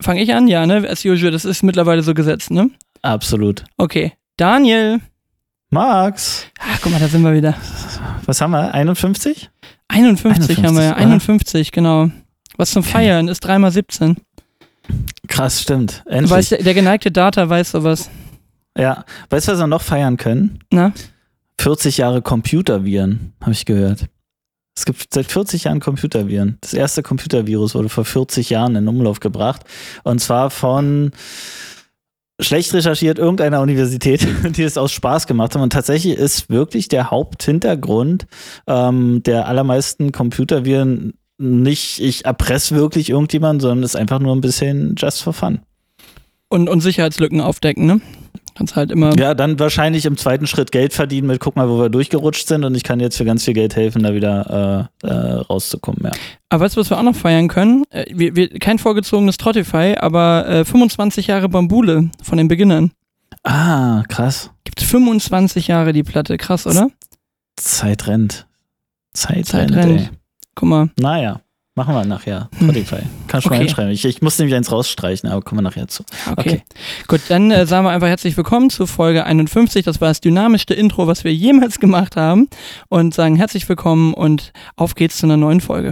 Fange ich an? Ja, ne? As usual, das ist mittlerweile so gesetzt, ne? Absolut. Okay. Daniel. Max. Ach, guck mal, da sind wir wieder. Was haben wir? 51? 51 haben wir ja. oder? 51, genau. Was zum Feiern ist 3x17. Krass, stimmt. Du Endlich. weißt, der geneigte Data weiß sowas. Ja. Weißt du, was wir noch feiern können? Na? 40 Jahre Computerviren, habe ich gehört. Es gibt seit 40 Jahren Computerviren. Das erste Computervirus wurde vor 40 Jahren in Umlauf gebracht. Und zwar von schlecht recherchiert irgendeiner Universität, die es aus Spaß gemacht haben. Und tatsächlich ist wirklich der Haupthintergrund der allermeisten Computerviren nicht, ich erpresse wirklich irgendjemanden, sondern ist einfach nur ein bisschen just for fun. Und Sicherheitslücken aufdecken, ne? Kannst halt immer. Ja, dann wahrscheinlich im zweiten Schritt Geld verdienen mit, guck mal, wo wir durchgerutscht sind und ich kann jetzt für ganz viel Geld helfen, da wieder rauszukommen, ja. Aber weißt du, was wir auch noch feiern können? Kein vorgezogenes Trottify, aber 25 Jahre Bambule von den Beginnern. Ah, krass. Gibt 25 Jahre die Platte, krass, oder? Zeit rennt. Zeit rennt, rennt. ey. Guck mal. Naja, machen wir nachher. Spotify. Kann schon mal Okay. hinschreiben. Ich muss nämlich eins rausstreichen, aber kommen wir nachher zu. Okay. Gut, dann sagen wir einfach herzlich willkommen zu Folge 51. Das war das dynamischste Intro, was wir jemals gemacht haben. Und sagen herzlich willkommen und auf geht's zu einer neuen Folge.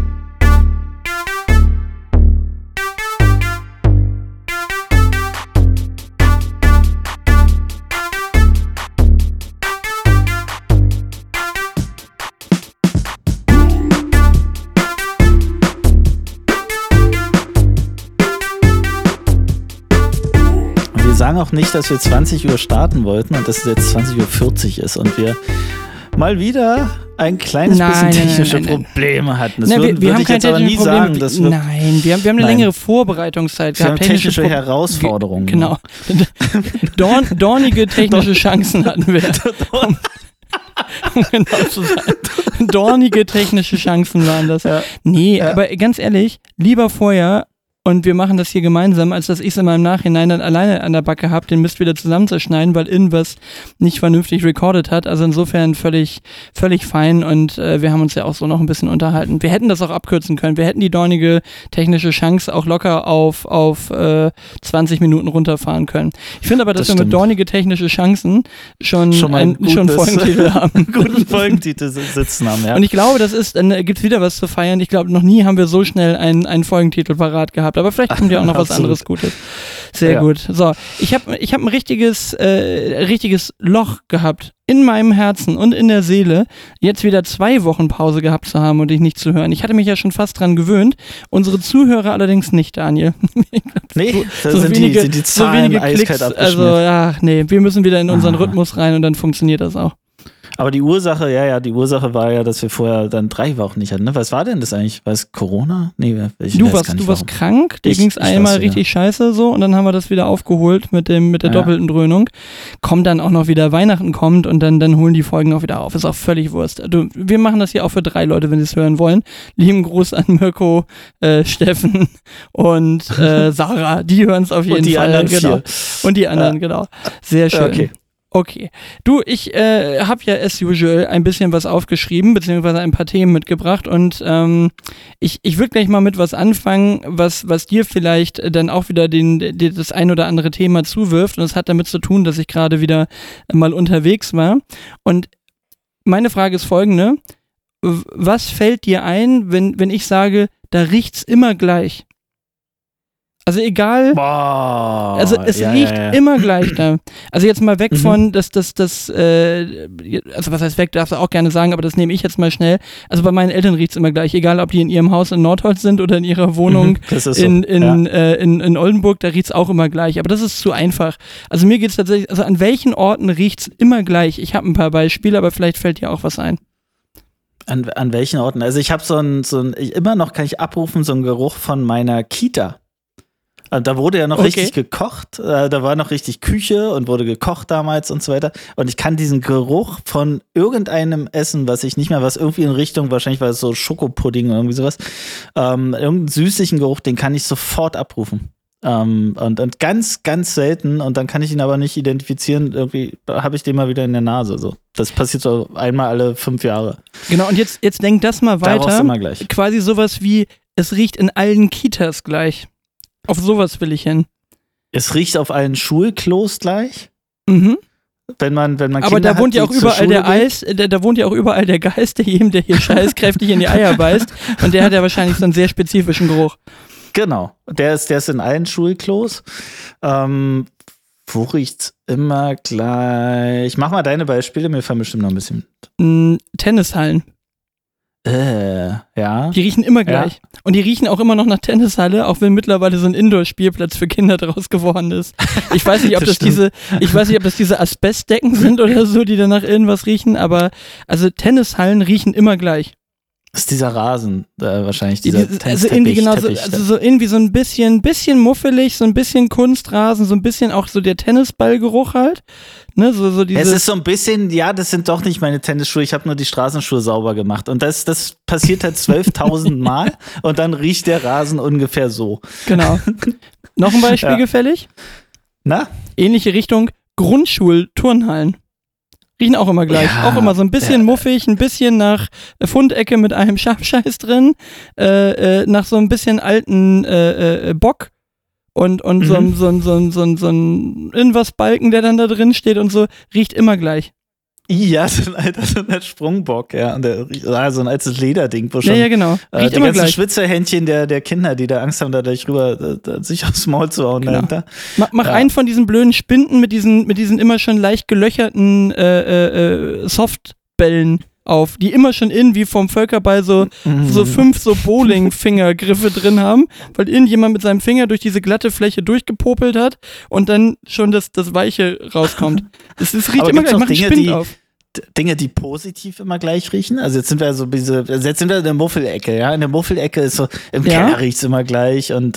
Wir sagen auch nicht, dass wir 20 Uhr starten wollten und dass es jetzt 20:40 Uhr ist und wir mal wieder ein kleines bisschen technische Probleme hatten. Das würde ich jetzt aber nie sagen. Dass wir wir haben eine längere Vorbereitungszeit wir haben gehabt. technische Herausforderungen. Genau. Dornige technische Chancen hatten wir. Um genau zu sein. Dornige technische Chancen waren das. Ja. Nee, aber ganz ehrlich, lieber vorher, und wir machen das hier gemeinsam, als dass ich es in meinem Nachhinein dann alleine an der Backe habe, den Mist wieder zusammenzerschneiden, weil irgendwas nicht vernünftig recorded hat. Also insofern völlig fein und wir haben uns ja auch so noch ein bisschen unterhalten. Wir hätten das auch abkürzen können. Wir hätten die dornige technische Chance auch locker auf 20 Minuten runterfahren können. Ich finde aber, dass wir mit dornige technische Chancen schon einen Folgentitel haben. Einen guten Folgentitel sitzen haben, ja. Und ich glaube, dann gibt es wieder was zu feiern. Ich glaube, noch nie haben wir so schnell einen Folgentitel parat gehabt. Aber vielleicht kommt ja auch noch was anderes Gutes. Sehr gut. So, ich hab ein richtiges Loch gehabt in meinem Herzen und in der Seele, jetzt wieder 2 Wochen Pause gehabt zu haben und dich nicht zu hören. Ich hatte mich ja schon fast dran gewöhnt. Unsere Zuhörer allerdings nicht, Daniel. Nee, da sind die Zahlen eiskalt abgeschmiert. Also, wir müssen wieder in unseren Rhythmus rein und dann funktioniert das auch. Aber die Ursache war ja, dass wir vorher dann 3 Wochen nicht hatten. Ne? Was war denn das eigentlich? War es Corona? Nee, du warst krank, dir ging es einmal richtig scheiße so und dann haben wir das wieder aufgeholt mit der doppelten Dröhnung. Kommt dann auch noch wieder, Weihnachten kommt und dann holen die Folgen auch wieder auf. Ist auch völlig Wurst. Wir machen das hier auch für 3 Leute, wenn sie es hören wollen. Lieben Gruß an Mirko, Steffen und Sarah. Die hören es auf jeden Fall. Genau. Und die anderen, genau. Sehr schön. Okay. Du, ich habe ja as usual ein bisschen was aufgeschrieben, beziehungsweise ein paar Themen mitgebracht und ich würde gleich mal mit was anfangen, was dir vielleicht dann auch wieder das ein oder andere Thema zuwirft und es hat damit zu tun, dass ich gerade wieder mal unterwegs war und meine Frage ist folgende: Was fällt dir ein, wenn ich sage, da riecht's immer gleich? Also egal, es riecht immer gleich da. Also jetzt mal weg von, also was heißt weg, darfst du auch gerne sagen, aber das nehme ich jetzt mal schnell. Also bei meinen Eltern riecht es immer gleich, egal ob die in ihrem Haus in Nordholz sind oder in ihrer Wohnung in Oldenburg, da riecht es auch immer gleich. Aber das ist zu einfach. Also mir geht es tatsächlich, also an welchen Orten riecht es immer gleich? Ich habe ein paar Beispiele, aber vielleicht fällt dir auch was ein. An welchen Orten? Also ich habe immer noch kann ich abrufen, so einen Geruch von meiner Kita. Da wurde ja noch richtig gekocht, da war noch richtig Küche und wurde gekocht damals und so weiter. Und ich kann diesen Geruch von irgendeinem Essen, was irgendwie in Richtung, wahrscheinlich war es so Schokopudding oder irgendwie sowas, irgendeinen süßlichen Geruch, den kann ich sofort abrufen. Und ganz, ganz selten, und dann kann ich ihn aber nicht identifizieren, irgendwie habe ich den mal wieder in der Nase. So. Das passiert so einmal alle 5 Jahre. Genau, und jetzt denk das mal weiter. Immer gleich. Quasi sowas wie, es riecht in allen Kitas gleich. Auf sowas will ich hin. Es riecht auf allen Schulklos gleich. Mhm. Wenn man aber da wohnt ja auch überall da wohnt ja auch überall der Geist, der jedem, der hier scheiß, kräftig in die Eier beißt. Und der hat ja wahrscheinlich so einen sehr spezifischen Geruch. Genau. Der ist in allen Schulklos. Wo riecht's immer gleich? Mach mal deine Beispiele, mir fallen bestimmt noch ein bisschen. Tennishallen. Ja. Die riechen immer gleich. Ja. Und die riechen auch immer noch nach Tennishalle, auch wenn mittlerweile so ein Indoor-Spielplatz für Kinder draus geworden ist. Ich weiß nicht, ob das diese Asbestdecken sind oder so, die danach irgendwas riechen, aber also Tennishallen riechen immer gleich. Das ist dieser Rasen, wahrscheinlich dieser also irgendwie genau so irgendwie so ein bisschen muffelig, so ein bisschen Kunstrasen, so ein bisschen auch so der Tennisballgeruch halt. Ne, so es ist so ein bisschen, ja, das sind doch nicht meine Tennisschuhe, ich habe nur die Straßenschuhe sauber gemacht. Und das passiert halt 12.000 Mal und dann riecht der Rasen ungefähr so. Genau. Noch ein Beispiel gefällig? Na? Ähnliche Richtung, Grundschulturnhallen. Riechen auch immer gleich. Ja, auch immer so ein bisschen muffig, ein bisschen nach Fundecke mit einem Schafscheiß drin, nach so ein bisschen alten Bock und so ein Irgendwas-Balken, der dann da drin steht und so, riecht immer gleich. Ja, so ein Sprungbock, ja. Und so ein altes Lederding, wo schon ja, genau. Riecht die immer ganzen gleich. Schwitzerhändchen der Kinder, die da Angst haben, da gleich rüber sich aufs Maul zu hauen. Genau. Mach einen von diesen blöden Spinden mit diesen immer schon leicht gelöcherten Softbällen auf, die immer schon irgendwie vom Völkerball so 5 so Bowling-Fingergriffe drin haben, weil irgendjemand mit seinem Finger durch diese glatte Fläche durchgepopelt hat und dann schon das Weiche rauskommt. Es riecht immer gleich, mach einen Spind auf. Dinge, die positiv immer gleich riechen. Also jetzt sind wir in der Muffelecke, ja. In der Muffelecke ist so, im Keller riecht es immer gleich und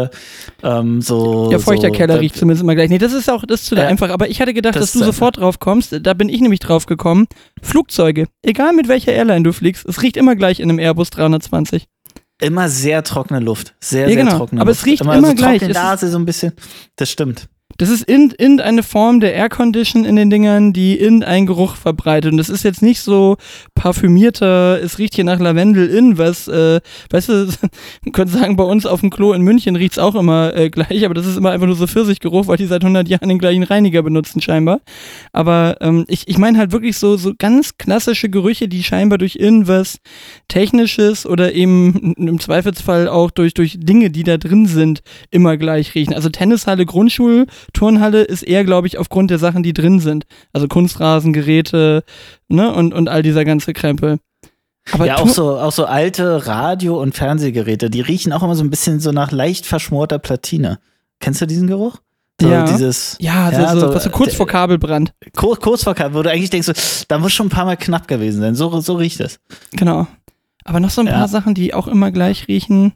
so. Ja, feuchter Keller riecht zumindest immer gleich. Nee, das ist zu einfach. Aber ich hatte gedacht, dass du sofort drauf kommst. Da bin ich nämlich drauf gekommen. Flugzeuge. Egal mit welcher Airline du fliegst, es riecht immer gleich in einem Airbus 320. Immer sehr trockene Luft. Sehr, genau. Sehr trockene aber Luft. Es riecht immer so gleich. Trockene Nase so ein bisschen. Das stimmt. Das ist irgendeine Form der Aircondition in den Dingern, die irgendeinen Geruch verbreitet. Und das ist jetzt nicht so parfümierter, es riecht hier nach Lavendel weißt du, man könnte sagen, bei uns auf dem Klo in München riecht es auch immer gleich, aber das ist immer einfach nur so Pfirsichgeruch, weil die seit 100 Jahren den gleichen Reiniger benutzen scheinbar. Aber ich meine halt wirklich so ganz klassische Gerüche, die scheinbar durch irgendwas Technisches oder eben im Zweifelsfall auch durch Dinge, die da drin sind, immer gleich riechen. Also Tennishalle, Turnhalle ist eher, glaube ich, aufgrund der Sachen, die drin sind. Also Kunstrasengeräte, ne, und all dieser ganze Krempel. Aber ja, auch so alte Radio- und Fernsehgeräte, die riechen auch immer so ein bisschen so nach leicht verschmorter Platine. Kennst du diesen Geruch? So ja. Dieses, so kurz vor Kabelbrand. Kurz vor Kabel, wo du eigentlich denkst, da muss schon ein paar Mal knapp gewesen sein. So riecht es. Genau. Aber noch so ein paar Sachen, die auch immer gleich riechen.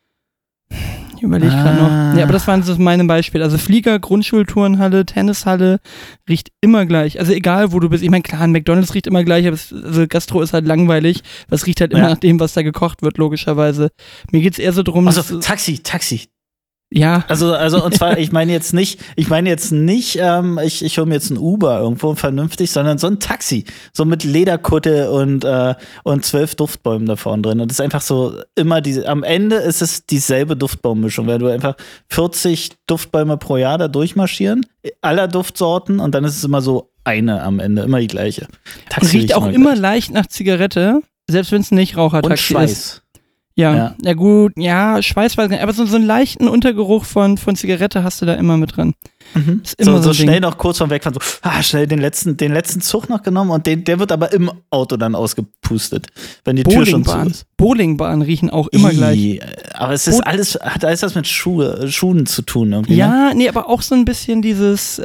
Ich überlege gerade noch. Ja, aber das waren so meine Beispiele. Also Flieger, Grundschulturnhalle, Tennishalle, riecht immer gleich. Also egal, wo du bist. Ich meine, klar, ein McDonald's riecht immer gleich, aber Gastro ist halt langweilig. Was riecht halt immer nach dem, was da gekocht wird, logischerweise. Mir geht's eher so drum, also Taxi. Ja. Also und zwar, ich meine jetzt nicht, ich hole mir jetzt ein Uber irgendwo vernünftig, sondern so ein Taxi, so mit Lederkutte und 12 Duftbäumen da vorne drin. Und das ist einfach so immer am Ende ist es dieselbe Duftbaummischung, weil du einfach 40 Duftbäume pro Jahr da durchmarschieren, aller Duftsorten, und dann ist es immer so eine am Ende, immer die gleiche. Taxi riecht auch immer leicht nach Zigarette, selbst wenn es nicht Rauchertaxi ist. Ja, gut, Schweiß weiß nicht, aber so einen leichten Untergeruch von Zigarette hast du da immer mit drin. Mhm. Ist immer so schnell noch kurz vorm Wegfahren, schnell den letzten Zug noch genommen und der wird aber im Auto dann ausgepustet, wenn die Tür schon zu ist. Bowlingbahnen riechen auch immer gleich. Aber es ist hat alles was mit Schuhen zu tun irgendwie. Ja, ne? Nee, aber auch so ein bisschen dieses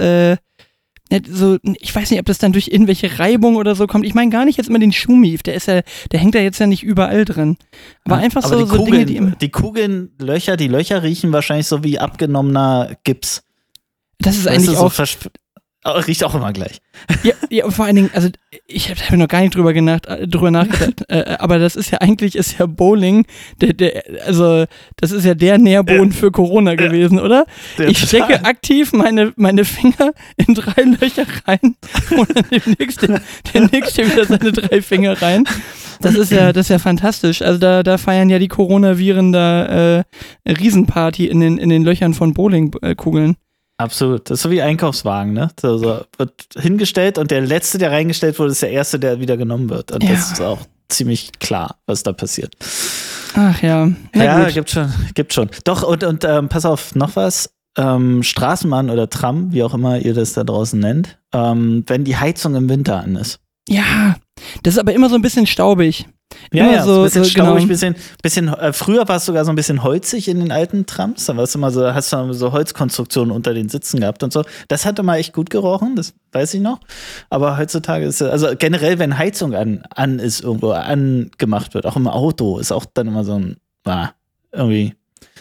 ich weiß nicht, ob das dann durch irgendwelche Reibung oder so kommt. Ich meine gar nicht jetzt immer den Schuhmief, der hängt da jetzt ja nicht überall drin. Aber einfach aber so Kugeln, Dinge, die Kugeln, die Löcher riechen wahrscheinlich so wie abgenommener Gips. Das ist eigentlich auch. Riecht auch immer gleich. Ja, und vor allen Dingen, also ich habe noch gar nicht drüber nachgedacht, aber das ist ja eigentlich, Bowling, also das ist ja der Nährboden für Corona gewesen, oder? Ich stecke aktiv meine Finger in 3 Löcher rein und dann der nächste wieder seine 3 Finger rein. Das ist ja fantastisch. Also da feiern ja die Coronaviren da Riesenparty in den Löchern von Bowlingkugeln. Absolut. Das ist so wie Einkaufswagen, ne? So wird hingestellt und der Letzte, der reingestellt wurde, ist der Erste, der wieder genommen wird. Und das ist auch ziemlich klar, was da passiert. Ach ja. Ja, gibt schon. Doch, und pass auf, noch was. Straßenbahn oder Tram, wie auch immer ihr das da draußen nennt, wenn die Heizung im Winter an ist. Ja, das ist aber immer so ein bisschen staubig. Ja, so ein bisschen staubig, genau. bisschen früher war es sogar so ein bisschen holzig in den alten Trams. Da warst du immer so, hast du so Holzkonstruktionen unter den Sitzen gehabt und so. Das hat immer echt gut gerochen, das weiß ich noch. Aber heutzutage ist also generell, wenn Heizung an ist, irgendwo angemacht wird, auch im Auto, ist auch dann immer so ein, irgendwie.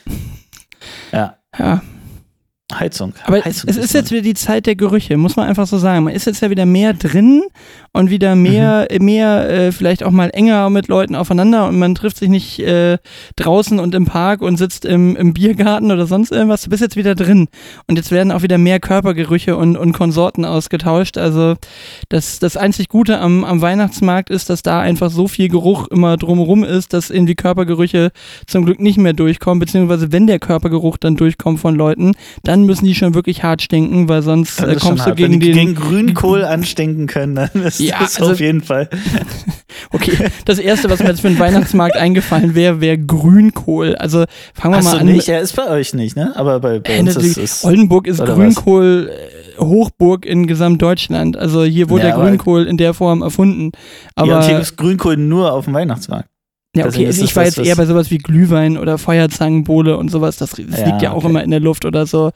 Ja. Heizung. Aber es ist jetzt wieder die Zeit der Gerüche, muss man einfach so sagen. Man ist jetzt ja wieder mehr drin und wieder mehr vielleicht auch mal enger mit Leuten aufeinander und man trifft sich nicht draußen und im Park und sitzt im Biergarten oder sonst irgendwas. Du bist jetzt wieder drin und jetzt werden auch wieder mehr Körpergerüche und Konsorten ausgetauscht. Also das einzig Gute am Weihnachtsmarkt ist, dass da einfach so viel Geruch immer drumherum ist, dass irgendwie Körpergerüche zum Glück nicht mehr durchkommen, beziehungsweise wenn der Körpergeruch dann durchkommt von Leuten, dann müssen die schon wirklich hart stinken, weil sonst kommst du gegen gegen Grünkohl anstinken können, dann ist das auf jeden Fall. Okay, das Erste, was mir jetzt für den Weihnachtsmarkt eingefallen wäre Grünkohl. Also fangen wir mal an. Nicht? Er ist bei euch nicht, ne? Aber bei uns ist es. Oldenburg ist Grünkohl Hochburg in Gesamtdeutschland. Also hier wurde der Grünkohl in der Form erfunden. Aber und hier ist Grünkohl nur auf dem Weihnachtsmarkt. Ja, okay, ich war jetzt eher bei sowas wie Glühwein oder Feuerzangenbowle und sowas, das liegt ja auch immer in der Luft oder so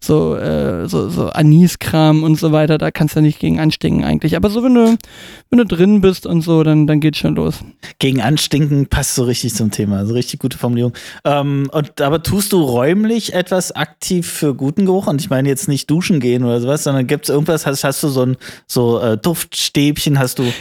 Aniskram und so weiter, da kannst du nicht gegen anstinken eigentlich. Aber so, wenn du drin bist und so, dann geht's schon los. Gegen anstinken passt so richtig zum Thema, also richtig gute Formulierung. Aber tust du räumlich etwas aktiv für guten Geruch? Und ich meine jetzt nicht duschen gehen oder sowas, sondern gibt's irgendwas, hast du so Duftstäbchen,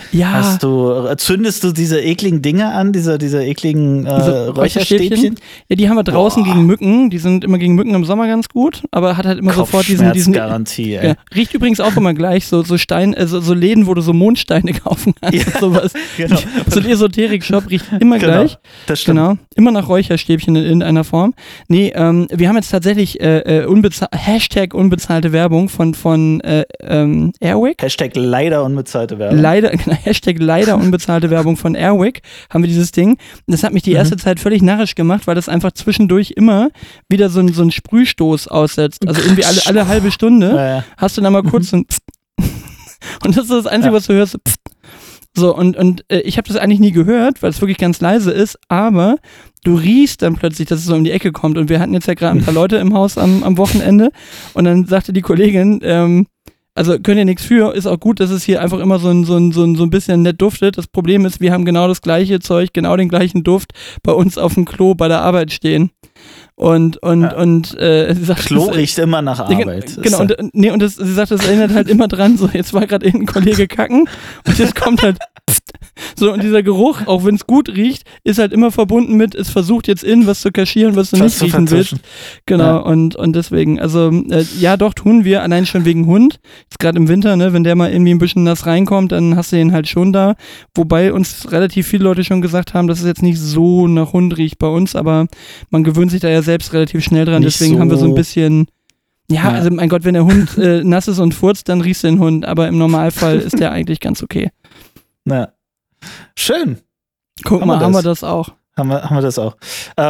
zündest du diese ekligen Dinge an, diese ekligen Räucherstäbchen? Ja, die haben wir draußen gegen Mücken. Die sind immer gegen Mücken im Sommer ganz gut, aber hat halt immer sofort diesen Garantie, ey. Ja, riecht übrigens auch immer gleich, so Läden, wo du so Mondsteine kaufen kannst. Ja, sowas. Genau. So ein Esoterik-Shop riecht immer gleich. Das stimmt. Genau. Immer nach Räucherstäbchen in irgendeiner Form. Nee, wir haben jetzt tatsächlich Hashtag unbezahlte Werbung von Airwick. Hashtag leider unbezahlte Werbung. Hashtag leider unbezahlte Werbung von Airwick haben wir dieses Ding. Das hat mich die erste Zeit völlig narrisch gemacht, weil das einfach zwischendurch immer wieder so ein Sprühstoß aussetzt. Also irgendwie alle halbe Stunde hast du dann mal kurz so ein Pfft. Und das ist das Einzige, was du hörst. Pfft. So, und ich habe das eigentlich nie gehört, weil es wirklich ganz leise ist, aber du riechst dann plötzlich, dass es so um die Ecke kommt. Und wir hatten jetzt ja gerade ein paar Leute im Haus am Wochenende und dann sagte die Kollegin, also könnt ihr nichts für, ist auch gut, dass es hier einfach immer so ein bisschen nett duftet. Das Problem ist, wir haben genau das gleiche Zeug, genau den gleichen Duft bei uns auf dem Klo bei der Arbeit stehen. Und sie sagt, Klo riecht immer nach Arbeit. Genau, sie sagt, das erinnert halt immer dran, so jetzt war gerade ein Kollege kacken und jetzt kommt halt so, und dieser Geruch, auch wenn es gut riecht, ist halt immer verbunden mit, es versucht jetzt was zu kaschieren, was du nicht riechen willst. Genau, ja. Und deswegen, also ja doch, tun wir, allein schon wegen Hund, jetzt gerade im Winter, ne, wenn der mal irgendwie ein bisschen nass reinkommt, dann hast du den halt schon da, wobei uns relativ viele Leute schon gesagt haben, dass es jetzt nicht so nach Hund riecht bei uns, aber man gewöhnt sich da ja selbst relativ schnell dran, nicht deswegen so. Haben wir so ein bisschen, ja, also mein Gott, wenn der Hund nass ist und furzt, dann riechst du den Hund, aber im Normalfall ist der eigentlich ganz okay. Na, schön. Guck mal, haben wir das auch. Haben wir das auch.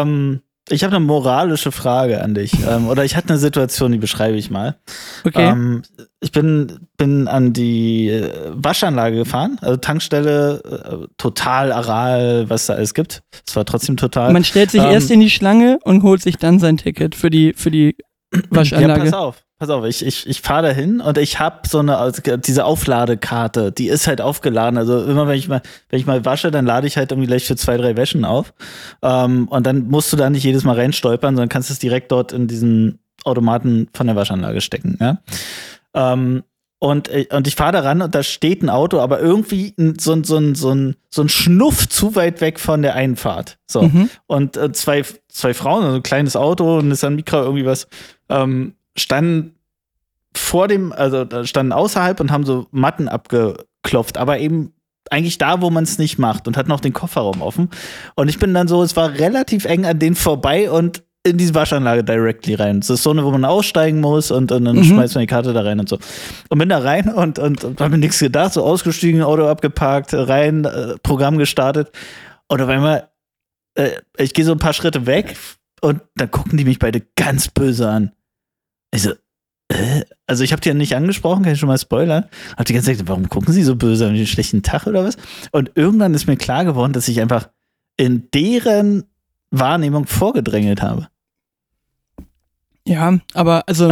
Ich habe eine moralische Frage an dich. Oder ich hatte eine Situation, die beschreibe ich mal. Okay. Ich bin an die Waschanlage gefahren, also Tankstelle, total Aral, was da alles gibt. Es war trotzdem total. Man stellt sich erst in die Schlange und holt sich dann sein Ticket für die Waschanlage. Ja, pass auf, ich fahre da hin und ich habe diese Aufladekarte, die ist halt aufgeladen. Also immer wenn ich mal wasche, dann lade ich halt irgendwie gleich für 2-3 Wäschen auf. Und dann musst du da nicht jedes Mal reinstolpern, sondern kannst es direkt dort in diesen Automaten von der Waschanlage stecken. Ja? Und ich fahre da ran und da steht ein Auto, aber irgendwie so ein Schnuff zu weit weg von der Einfahrt. So. Mhm. Und zwei Frauen, also ein kleines Auto, ein Nissan Micra, irgendwie was, standen standen außerhalb und haben so Matten abgeklopft, aber eben eigentlich da, wo man es nicht macht und hatten auch den Kofferraum offen. Und ich bin dann so, es war relativ eng an denen vorbei und in diese Waschanlage directly rein. Das ist so eine, wo man aussteigen muss und dann schmeißt man die Karte da rein und so. Und bin da rein und hab mir nichts gedacht, so ausgestiegen, Auto abgeparkt, rein, Programm gestartet. Und auf einmal, ich gehe so ein paar Schritte weg und dann gucken die mich beide ganz böse an. Ich so, also ich habe die ja nicht angesprochen, kann ich schon mal spoilern. Hab die ganze Zeit gesagt, warum gucken sie so böse? Haben die einen schlechten Tag oder was? Und irgendwann ist mir klar geworden, dass ich einfach in deren Wahrnehmung vorgedrängelt habe. Ja, aber also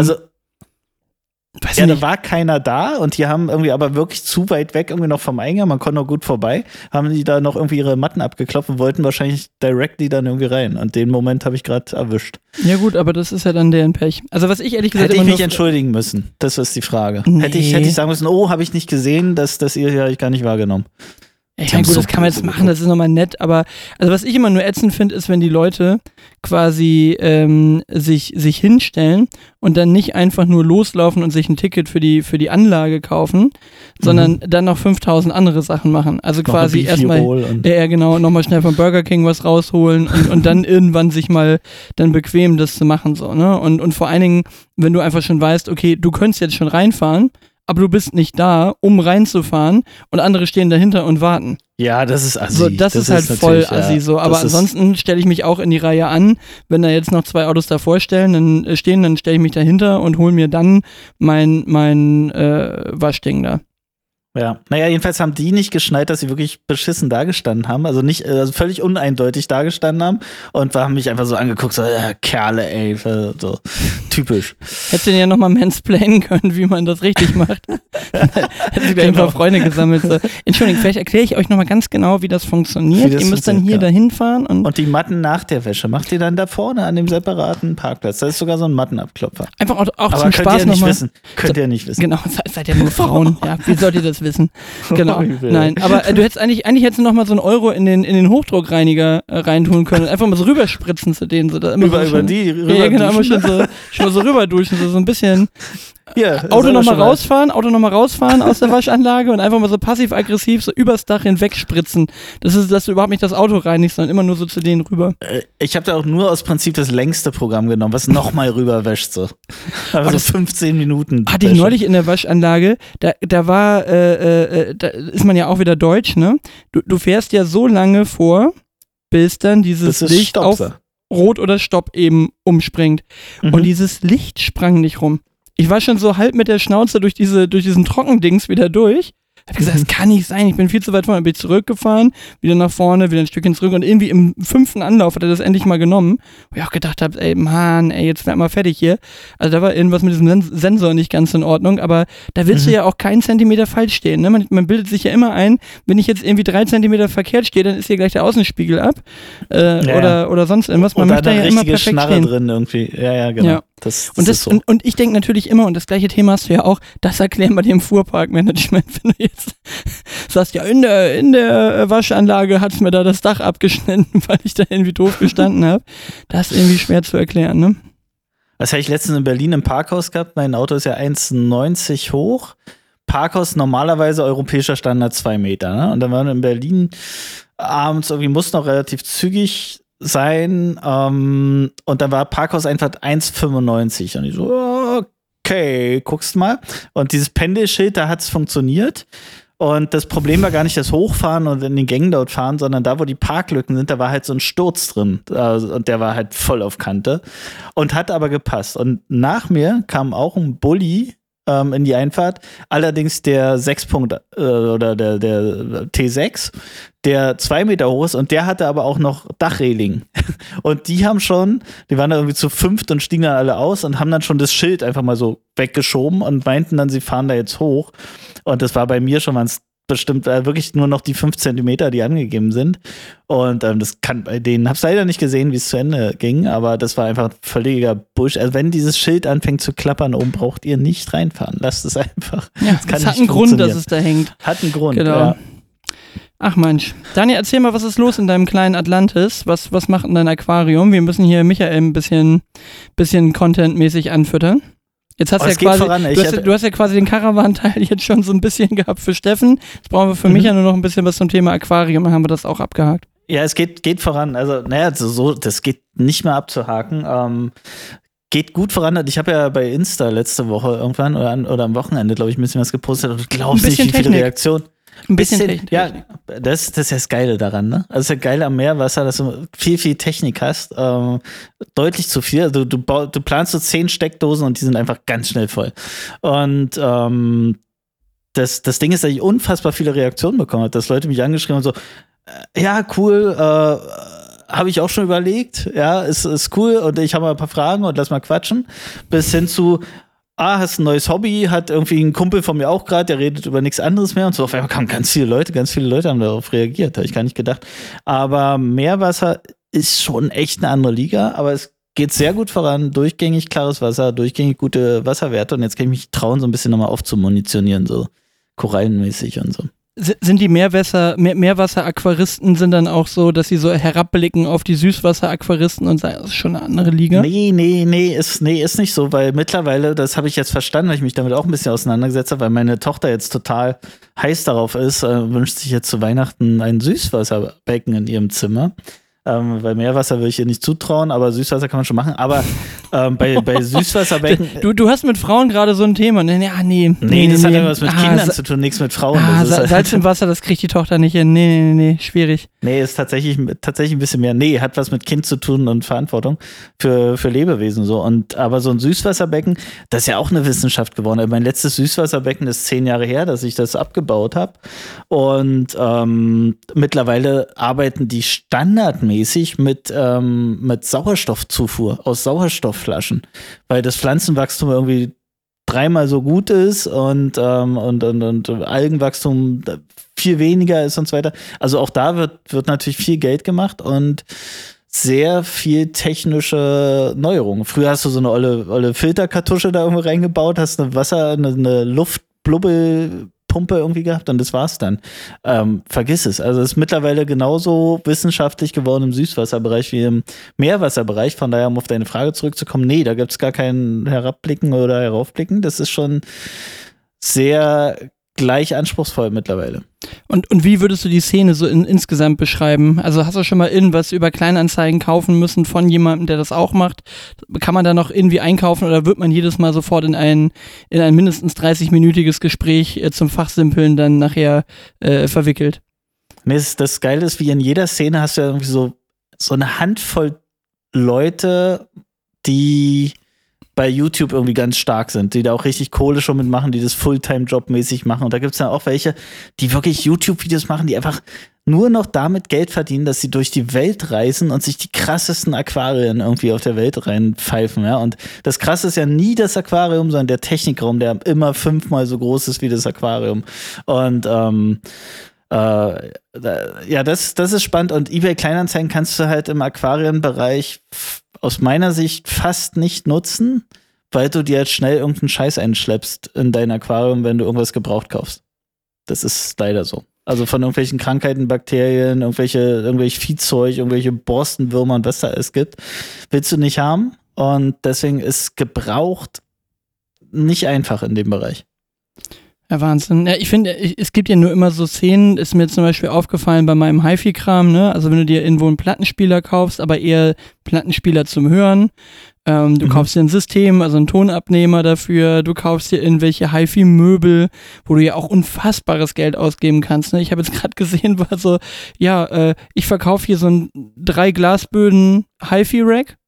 weiß ja, da war keiner da und die haben irgendwie aber wirklich zu weit weg irgendwie noch vom Eingang, man konnte noch gut vorbei, haben die da noch irgendwie ihre Matten abgeklopft und wollten wahrscheinlich directly dann irgendwie rein. Und den Moment habe ich gerade erwischt. Ja gut, aber das ist ja dann deren Pech. Also was ich ehrlich gesagt hätte ich mich entschuldigen müssen, das ist die Frage. Nee. Hätte ich sagen müssen, habe ich nicht gesehen, dass ihr ja gar nicht wahrgenommen. Ich meine, gut, das kann man jetzt machen, das ist nochmal nett, aber also was ich immer nur ätzend finde, ist, wenn die Leute quasi sich hinstellen und dann nicht einfach nur loslaufen und sich ein Ticket für die Anlage kaufen, sondern dann noch 5000 andere Sachen machen. Also noch quasi erstmal, genau, nochmal schnell vom Burger King was rausholen und dann irgendwann sich mal dann bequem das zu machen, so, ne? Und vor allen Dingen, wenn du einfach schon weißt, okay, du könntest jetzt schon reinfahren, aber du bist nicht da, um reinzufahren und andere stehen dahinter und warten. Ja, das ist assi. So, das ist halt voll assi so. Aber ansonsten stelle ich mich auch in die Reihe an. Wenn da jetzt noch 2 Autos davor dann stelle ich mich dahinter und hole mir dann mein Waschding da. Ja, naja, jedenfalls haben die nicht geschnallt, dass sie wirklich beschissen dagestanden haben, also nicht, völlig uneindeutig dagestanden haben und haben mich einfach so angeguckt, so, Kerle, ey, so typisch. Hättest du ja nochmal mansplainen können, wie man das richtig macht. Hättest du gleich ein paar Freunde gesammelt. So. Entschuldigung, vielleicht erkläre ich euch nochmal ganz genau, wie das funktioniert. Ihr müsst dann hier dahin fahren. Und die Matten nach der Wäsche macht ihr dann da vorne an dem separaten Parkplatz. Da ist sogar so ein Mattenabklopfer. Einfach auch aber zum Spaß nochmal. Könnt ihr nicht wissen. Genau, seid ja nur Frauen. Ja, wie sollt ihr das wissen? Genau. Nein, aber du hättest eigentlich hättest du noch mal so einen Euro in den Hochdruckreiniger reintun können und einfach mal so rüberspritzen zu denen. So, da immer über die rüber ja, genau, immer schon mal so rüberduschen, so ein bisschen Auto nochmal rausfahren aus der Waschanlage und einfach mal so passiv-aggressiv so übers Dach hinweg spritzen. Das ist, dass du überhaupt nicht das Auto reinigst, sondern immer nur so zu denen rüber. Ich habe da auch nur aus Prinzip das längste Programm genommen, was nochmal rüber wäscht so. Also 15 Minuten. Hatte ich neulich in der Waschanlage, da ist man ja auch wieder deutsch, ne? Du fährst ja so lange vor, bis dann dieses Licht auf Rot oder Stopp eben umspringt. Und dieses Licht sprang nicht rum. Ich war schon so halb mit der Schnauze durch diesen Trockendings wieder durch. Hab gesagt, das kann nicht sein, ich bin viel zu weit vorne. Dann bin ich zurückgefahren, wieder nach vorne, wieder ein Stückchen zurück und irgendwie im 5. Anlauf hat er das endlich mal genommen. Wo ich auch gedacht habe, jetzt werd mal fertig hier. Also da war irgendwas mit diesem Sensor nicht ganz in Ordnung, aber da willst du ja auch keinen Zentimeter falsch stehen. Ne? Man bildet sich ja immer ein, wenn ich jetzt irgendwie 3 Zentimeter verkehrt stehe, dann ist hier gleich der Außenspiegel ab oder sonst irgendwas. Man möchte ja immer perfekt Schnarre stehen. Drin irgendwie. Ja, genau. Ja. Das und ist so. Und ich denke natürlich immer, und das gleiche Thema hast du ja auch, das erklären wir dem Fuhrparkmanagement, wenn du jetzt sagst, ja, in der Waschanlage hat's mir da das Dach abgeschnitten, weil ich da irgendwie doof gestanden habe. Das ist irgendwie schwer zu erklären, ne? Das habe ich letztens in Berlin im Parkhaus gehabt. Mein Auto ist ja 1,90 hoch. Parkhaus normalerweise europäischer Standard 2 Meter. Ne? Und dann waren wir in Berlin abends irgendwie, mussten noch relativ zügig sein. Und dann war Parkhaus einfach 1,95. Und ich so, okay, guckst mal. Und dieses Pendelschild, da hat es funktioniert. Und das Problem war gar nicht das Hochfahren und in den Gängen dort fahren, sondern da, wo die Parklücken sind, da war halt so ein Sturz drin. Und der war halt voll auf Kante. Und hat aber gepasst. Und nach mir kam auch ein Bulli in die Einfahrt. Allerdings der 6 oder der T6, der 2 Meter hoch ist und der hatte aber auch noch Dachreling. Und die waren da irgendwie zu 5 und stiegen dann alle aus und haben dann schon das Schild einfach mal so weggeschoben und meinten dann, sie fahren da jetzt hoch. Und das war bei mir schon, waren es bestimmt wirklich nur noch die 5 Zentimeter, die angegeben sind. Und das kann bei denen, hab's leider nicht gesehen, wie es zu Ende ging, aber das war einfach völliger Bullshit. Also wenn dieses Schild anfängt zu klappern oben, braucht ihr nicht reinfahren. Lasst es einfach. Ja, es hat einen Grund, dass es da hängt. Hat einen Grund, genau. Ja. Ach Mensch. Daniel, erzähl mal, was ist los in deinem kleinen Atlantis? Was macht denn dein Aquarium? Wir müssen hier Michael ein bisschen contentmäßig anfüttern. Jetzt hast du hast ja quasi den Caravan-Teil jetzt schon so ein bisschen gehabt für Steffen. Jetzt brauchen wir für mich ja nur noch ein bisschen was zum Thema Aquarium, dann haben wir das auch abgehakt. Ja, es geht voran. Also, das geht nicht mehr abzuhaken. Geht gut voran. Ich habe ja bei Insta letzte Woche irgendwann oder am Wochenende, glaube ich, ein bisschen was gepostet und du glaubst nicht, wie viele Reaktionen. Ein bisschen Technik. Ja, das ist ja das Geile daran, ne? Also das Geile am Meerwasser, dass du viel Technik hast. Deutlich zu viel. Also du planst so 10 Steckdosen und die sind einfach ganz schnell voll. Und das Ding ist, dass ich unfassbar viele Reaktionen bekommen habe, dass Leute mich angeschrieben haben so, ja, cool, habe ich auch schon überlegt, ja, ist cool und ich habe mal ein paar Fragen und lass mal quatschen. Bis hin zu hast ein neues Hobby, hat irgendwie ein Kumpel von mir auch gerade, der redet über nichts anderes mehr und so. Auf einmal kamen ganz viele Leute haben darauf reagiert, habe ich gar nicht gedacht. Aber Meerwasser ist schon echt eine andere Liga, aber es geht sehr gut voran, durchgängig klares Wasser, durchgängig gute Wasserwerte und jetzt kann ich mich trauen, so ein bisschen nochmal aufzumunitionieren, so korallenmäßig und so. Sind die Meerwasser-Aquaristen sind dann auch so, dass sie so herabblicken auf die Süßwasser-Aquaristen und sagen, das ist schon eine andere Liga? Nee, ist nicht so, weil mittlerweile, das habe ich jetzt verstanden, weil ich mich damit auch ein bisschen auseinandergesetzt habe, weil meine Tochter jetzt total heiß darauf ist, wünscht sich jetzt zu Weihnachten ein Süßwasserbecken in ihrem Zimmer. Weil Meerwasser will ich ihr nicht zutrauen, aber Süßwasser kann man schon machen. Aber bei Süßwasserbecken. Du hast mit Frauen gerade so ein Thema. Nee, das hat ja was mit Kindern zu tun, nichts mit Frauen. Salz im Wasser, das kriegt die Tochter nicht hin. Nee, schwierig. Nee, ist tatsächlich ein bisschen mehr. Nee, hat was mit Kind zu tun und Verantwortung für Lebewesen so. Aber so ein Süßwasserbecken, das ist ja auch eine Wissenschaft geworden. Mein letztes Süßwasserbecken ist 10 Jahre her, dass ich das abgebaut habe. Und mittlerweile arbeiten die standardmäßig mit Sauerstoffzufuhr aus Sauerstoffflaschen, weil das Pflanzenwachstum irgendwie 3-mal so gut ist und Algenwachstum viel weniger ist und so weiter. Also auch da wird natürlich viel Geld gemacht und sehr viel technische Neuerungen. Früher hast du so eine olle Filterkartusche da irgendwo reingebaut, hast eine Luftblubbelpumpe irgendwie gehabt und das war's dann. Vergiss es. Also es ist mittlerweile genauso wissenschaftlich geworden im Süßwasserbereich wie im Meerwasserbereich. Von daher, um auf deine Frage zurückzukommen, nee, da gibt es gar kein Herabblicken oder Heraufblicken. Das ist schon sehr gleich anspruchsvoll mittlerweile. Und wie würdest du die Szene so insgesamt beschreiben? Also hast du schon mal irgendwas über Kleinanzeigen kaufen müssen von jemandem, der das auch macht? Kann man da noch irgendwie einkaufen oder wird man jedes Mal sofort in ein mindestens 30-minütiges Gespräch zum Fachsimpeln dann nachher verwickelt? Nee, das Geile ist, wie in jeder Szene hast du ja irgendwie so eine Handvoll Leute, die bei YouTube irgendwie ganz stark sind, die da auch richtig Kohle schon mitmachen, die das Fulltime-Job-mäßig machen. Und da gibt es dann auch welche, die wirklich YouTube-Videos machen, die einfach nur noch damit Geld verdienen, dass sie durch die Welt reisen und sich die krassesten Aquarien irgendwie auf der Welt reinpfeifen. Ja? Und das Krasse ist ja nie das Aquarium, sondern der Technikraum, der immer 5-mal so groß ist wie das Aquarium. Und das ist spannend. Und eBay Kleinanzeigen kannst du halt im Aquarienbereich aus meiner Sicht fast nicht nutzen, weil du dir jetzt schnell irgendeinen Scheiß einschleppst in dein Aquarium, wenn du irgendwas gebraucht kaufst. Das ist leider so. Also von irgendwelchen Krankheiten, Bakterien, irgendwelche Viehzeug, irgendwelche Borstenwürmer und was da es gibt, willst du nicht haben. Und deswegen ist gebraucht nicht einfach in dem Bereich. Ja, Wahnsinn. Ja, ich finde, es gibt ja nur immer so Szenen, ist mir zum Beispiel aufgefallen bei meinem HiFi-Kram, ne? Also wenn du dir irgendwo einen Plattenspieler kaufst, aber eher Plattenspieler zum Hören, du kaufst dir ein System, also einen Tonabnehmer dafür, du kaufst dir irgendwelche HiFi-Möbel, wo du ja auch unfassbares Geld ausgeben kannst, ne? Ich habe jetzt gerade gesehen, war so, ich verkaufe hier so ein 3 Glasböden HiFi-Rack,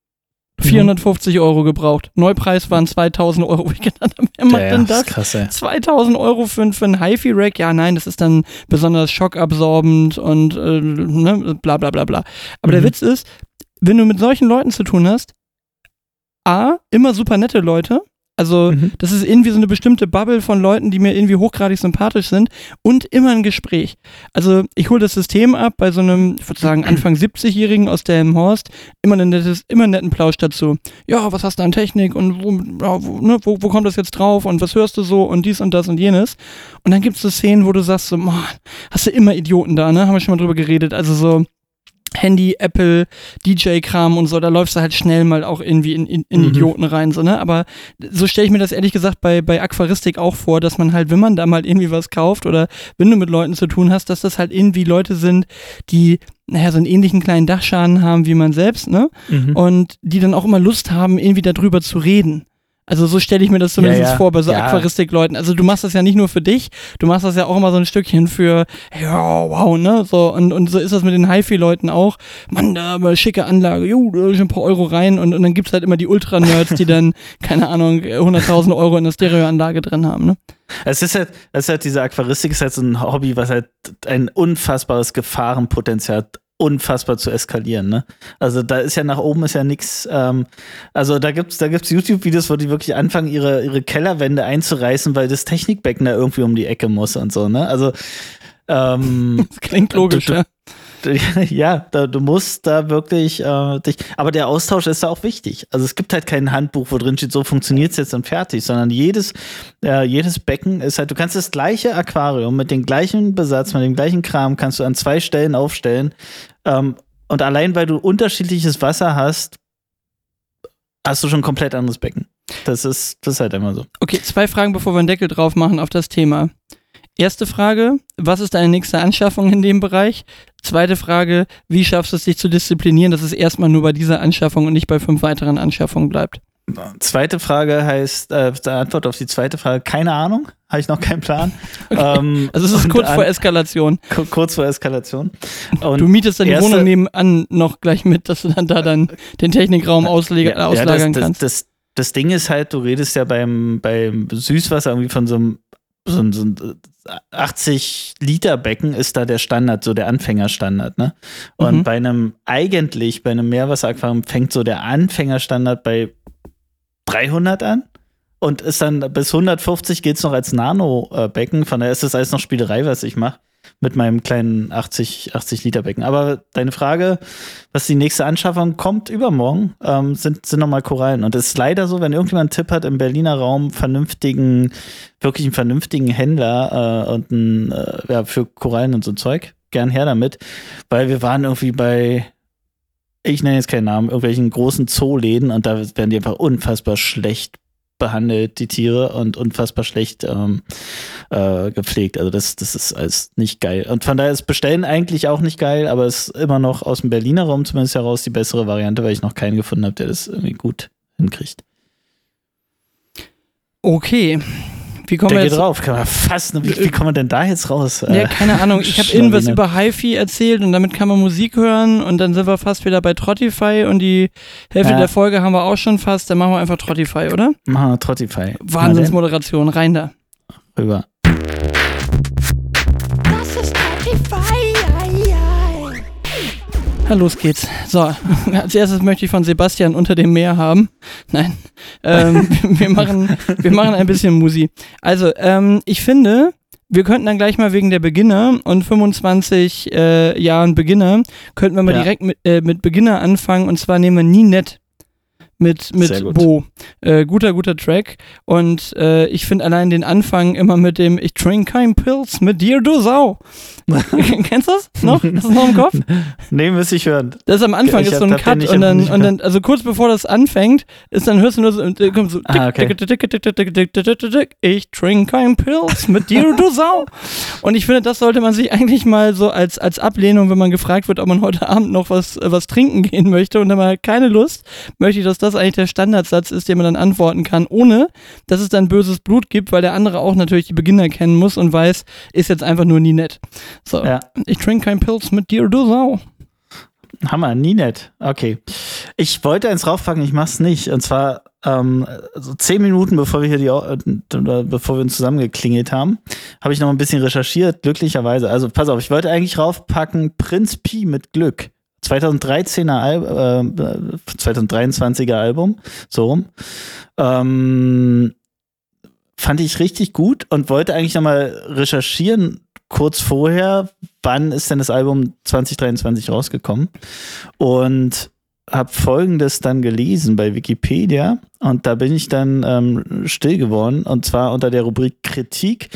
450 Euro gebraucht. Neupreis waren 2000 Euro. Ich gedacht, wer macht denn das? Krass, ey. 2000 Euro für ein HiFi-Rack? Ja, nein, das ist dann besonders schockabsorbend und bla bla bla bla. Aber der Witz ist, wenn du mit solchen Leuten zu tun hast, immer super nette Leute, Also das ist irgendwie so eine bestimmte Bubble von Leuten, die mir irgendwie hochgradig sympathisch sind und immer ein Gespräch. Also ich hole das System ab bei so einem, ich würde sagen, Anfang 70-Jährigen aus Delmenhorst, immer einen netten Plausch dazu. Ja, was hast du an Technik und wo kommt das jetzt drauf und was hörst du so und dies und das und jenes. Und dann gibt es so Szenen, wo du sagst so, man, hast du immer Idioten da, ne? Haben wir schon mal drüber geredet. Also so Handy, Apple, DJ-Kram und so, da läufst du halt schnell mal auch irgendwie in Idioten rein, so, ne? Aber so stelle ich mir das ehrlich gesagt bei Aquaristik auch vor, dass man halt, wenn man da mal irgendwie was kauft oder wenn du mit Leuten zu tun hast, dass das halt irgendwie Leute sind, die so einen ähnlichen kleinen Dachschaden haben wie man selbst, ne? Und die dann auch immer Lust haben, irgendwie darüber zu reden. Also so stelle ich mir das zumindest vor bei so Aquaristik-Leuten. Also du machst das ja nicht nur für dich, du machst das ja auch immer so ein Stückchen für, ja, wow, ne, so. Und so ist das mit den HiFi-Leuten auch. Mann, da aber schicke Anlage, da ist ein paar Euro rein und dann gibt's halt immer die Ultra-Nerds, die dann, keine Ahnung, 100.000 Euro in der Stereoanlage drin haben, ne? Es ist halt diese Aquaristik ist halt so ein Hobby, was halt ein unfassbares Gefahrenpotenzial hat, unfassbar zu eskalieren, ne? Also da ist ja nach oben ist ja nichts, also da gibt's YouTube-Videos, wo die wirklich anfangen, ihre Kellerwände einzureißen, weil das Technikbecken da irgendwie um die Ecke muss und so, ne? Also das klingt logisch, ja. Ja, du musst da wirklich aber der Austausch ist da auch wichtig. Also es gibt halt kein Handbuch, wo drin steht, so funktioniert es jetzt und fertig, sondern jedes Becken ist halt, du kannst das gleiche Aquarium mit dem gleichen Besatz, mit dem gleichen Kram, kannst du an 2 Stellen aufstellen. Und allein, weil du unterschiedliches Wasser hast du schon ein komplett anderes Becken. Das ist halt immer so. Okay, 2 Fragen, bevor wir einen Deckel drauf machen auf das Thema. Erste Frage, was ist deine nächste Anschaffung in dem Bereich? Zweite Frage, wie schaffst du es, dich zu disziplinieren, dass es erstmal nur bei dieser Anschaffung und nicht bei 5 weiteren Anschaffungen bleibt? Zweite Frage heißt, die Antwort auf die zweite Frage, keine Ahnung, habe ich noch keinen Plan. Okay. Also es ist kurz vor Eskalation. Kurz vor Eskalation. Und du mietest dann die Wohnung nebenan noch gleich mit, dass du dann den Technikraum auslagern kannst. Das Ding ist halt, du redest ja beim Süßwasser irgendwie von so einem 80-Liter-Becken ist da der Standard, so der Anfängerstandard, ne? Und bei einem Meerwasseraquarium fängt so der Anfängerstandard bei 300 an und ist dann bis 150 geht's noch als Nano-Becken, von daher ist das alles noch Spielerei, was ich mache mit meinem kleinen 80-Liter-Becken. Aber deine Frage, was die nächste Anschaffung kommt, übermorgen, sind nochmal Korallen. Und es ist leider so, wenn irgendjemand einen Tipp hat im Berliner Raum, wirklich einen vernünftigen Händler für Korallen und so Zeug, gern her damit. Weil wir waren irgendwie bei, ich nenne jetzt keinen Namen, irgendwelchen großen Zooläden und da werden die einfach unfassbar schlecht behandelt, die Tiere, und unfassbar schlecht gepflegt. Also das ist alles nicht geil. Und von daher ist Bestellen eigentlich auch nicht geil, aber es ist immer noch aus dem Berliner Raum zumindest heraus die bessere Variante, weil ich noch keinen gefunden habe, der das irgendwie gut hinkriegt. Okay. Wie kommen wir jetzt drauf? Wie kommen wir denn da jetzt raus? Ja, keine Ahnung. Ich habe irgendwas über HiFi erzählt und damit kann man Musik hören und dann sind wir fast wieder bei Trottify und die Hälfte der Folge haben wir auch schon fast. Dann machen wir einfach Trottify, oder? Machen wir Trottify. Wahnsinnsmoderation, rein da. Rüber. Das ist Trottify. Na, los geht's. So, als erstes möchte ich von Sebastian Unter dem Meer haben. Nein, wir machen ein bisschen Musi. Also, ich finde, wir könnten dann gleich mal wegen der Beginner und 25 Jahren Beginner, könnten wir mal direkt mit Beginner anfangen, und zwar nehmen wir Nie Nett mit Bo. Guter Track. Und ich finde allein den Anfang immer mit dem Ich trink kein Pilz mit dir, du Sau. Kennst du das noch? Ist das noch im Kopf? Nee, müsste ich hören. Das ist am Anfang ist so ein Cut und dann, also kurz bevor das anfängt, dann hörst du nur so, kommt so Ich trink kein Pilz mit dir, du Sau. Und ich finde, das sollte man sich eigentlich mal so als Ablehnung, wenn man gefragt wird, ob man heute Abend noch was trinken gehen möchte und dann mal keine Lust, möchte ich, dass das eigentlich der Standardsatz ist, den man dann antworten kann, ohne dass es dann böses Blut gibt, weil der andere auch natürlich die Beginner kennen muss und weiß, ist jetzt einfach nur nie nett. So, Ich trinke kein Pilz mit dir, du Sau. Hammer, nie nett. Okay. Ich wollte eins raufpacken, ich mach's nicht. Und zwar so 10 Minuten, bevor wir uns zusammengeklingelt haben, habe ich noch ein bisschen recherchiert, glücklicherweise. Also pass auf, ich wollte eigentlich raufpacken Prinz Pi mit Glück. 2023er Album, so rum. Fand ich richtig gut und wollte eigentlich nochmal recherchieren, kurz vorher, wann ist denn das Album 2023 rausgekommen? Und habe Folgendes dann gelesen bei Wikipedia und da bin ich dann still geworden und zwar unter der Rubrik Kritik.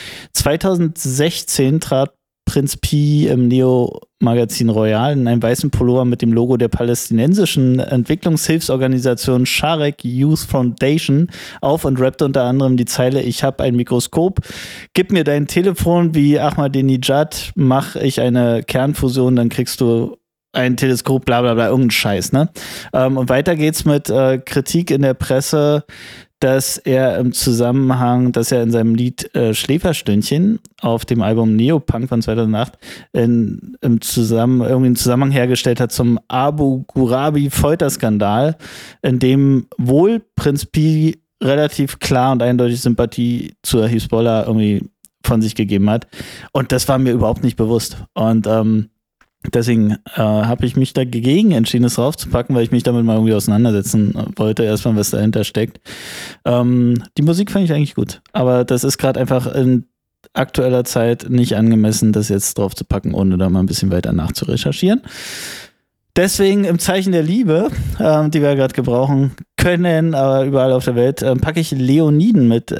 2016 trat Prinz Pi im Neo-Magazin Royal in einem weißen Pullover mit dem Logo der palästinensischen Entwicklungshilfsorganisation Sharek Youth Foundation auf und rappte unter anderem die Zeile: Ich habe ein Mikroskop, gib mir dein Telefon wie Ahmadinejad, mach ich eine Kernfusion, dann kriegst du ein Teleskop, bla bla bla, irgendein Scheiß, ne? Und weiter geht's mit Kritik in der Presse, dass er in seinem Lied Schläferstündchen auf dem Album Neopunk von 2008 irgendwie einen Zusammenhang hergestellt hat zum Abu Ghurabi-Folterskandal, in dem wohl Prinz Pi relativ klar und eindeutig Sympathie zur Hisbollah irgendwie von sich gegeben hat. Und das war mir überhaupt nicht bewusst. Und deswegen habe ich mich dagegen entschieden, es draufzupacken, weil ich mich damit mal irgendwie auseinandersetzen wollte, erstmal, was dahinter steckt. Die Musik fand ich eigentlich gut, aber das ist gerade einfach in aktueller Zeit nicht angemessen, das jetzt draufzupacken, ohne da mal ein bisschen weiter nachzurecherchieren. Deswegen im Zeichen der Liebe, die wir gerade gebrauchen können, aber überall auf der Welt, packe ich Leoniden mit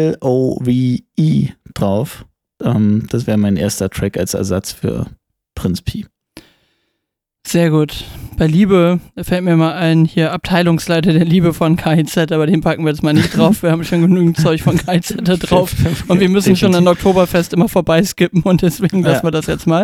L-O-V-I drauf. Das wäre mein erster Track als Ersatz für Prinz Pi. Sehr gut. Bei Liebe fällt mir mal ein, hier Abteilungsleiter der Liebe von KIZ, aber den packen wir jetzt mal nicht drauf. Wir haben schon genügend Zeug von KIZ da drauf und wir müssen schon an Oktoberfest immer vorbeiskippen und deswegen lassen wir das jetzt mal.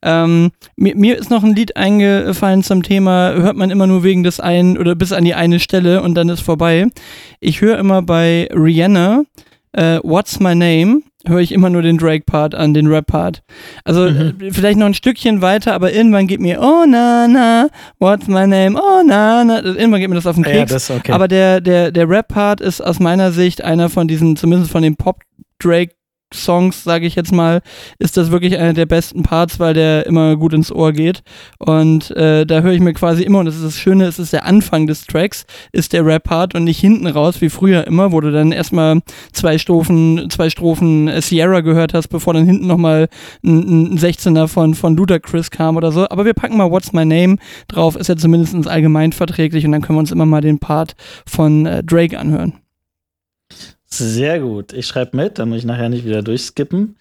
Mir ist noch ein Lied eingefallen zum Thema, hört man immer nur wegen des einen oder bis an die eine Stelle und dann ist vorbei. Ich höre immer bei Rihanna What's My Name, höre ich immer nur den Drake-Part an, den Rap-Part. Also vielleicht noch ein Stückchen weiter, aber irgendwann geht mir oh na na, what's my name, oh na na, irgendwann geht mir das auf den Keks. Ja, das ist okay. Aber der Rap-Part ist aus meiner Sicht einer von diesen, zumindest von den Pop-Drake-Songs, sage ich jetzt mal, ist das wirklich einer der besten Parts, weil der immer gut ins Ohr geht. Und da höre ich mir quasi immer, und das ist das Schöne, es ist der Anfang des Tracks, ist der Rap-Part und nicht hinten raus, wie früher immer, wo du dann erstmal zwei Strophen Sierra gehört hast, bevor dann hinten nochmal ein 16er von Ludacris kam oder so. Aber wir packen mal What's My Name drauf, ist ja zumindest allgemein verträglich und dann können wir uns immer mal den Part von Drake anhören. Sehr gut. Ich schreibe mit, dann muss ich nachher nicht wieder durchskippen.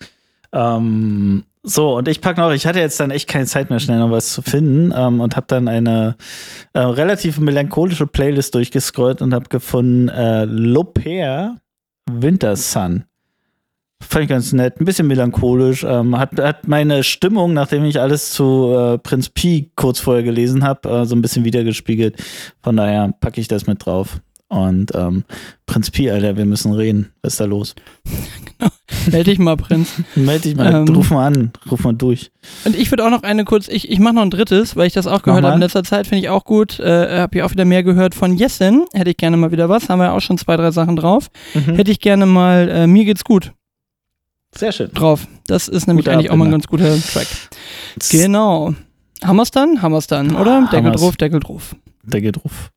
So, und ich packe noch, ich hatte jetzt dann echt keine Zeit mehr, schnell noch was zu finden und habe dann eine relativ melancholische Playlist durchgescrollt und habe gefunden L'Aupère Winter Sun. Fand ich ganz nett, ein bisschen melancholisch. Hat meine Stimmung, nachdem ich alles zu Prinz Pi kurz vorher gelesen habe, so ein bisschen wiedergespiegelt. Von daher packe ich das mit drauf. Und Prinz Pi, Alter, wir müssen reden. Was ist da los? Genau. Meld dich mal, Prinz. Meld dich mal, ruf mal an, ruf mal durch. Und ich würde auch noch ich mache noch ein drittes, weil ich das auch gehört habe in letzter Zeit, finde ich auch gut. Habe ich auch wieder mehr gehört von Jessen. Hätte ich gerne mal wieder was, haben wir auch schon 2, 3 Sachen drauf. Hätte ich gerne mal Mir geht's gut. Sehr schön. Drauf. Das ist nämlich eigentlich auch mal ein ganz guter Track. Genau. Haben wir's dann, oder? Deckel drauf. Deckel drauf.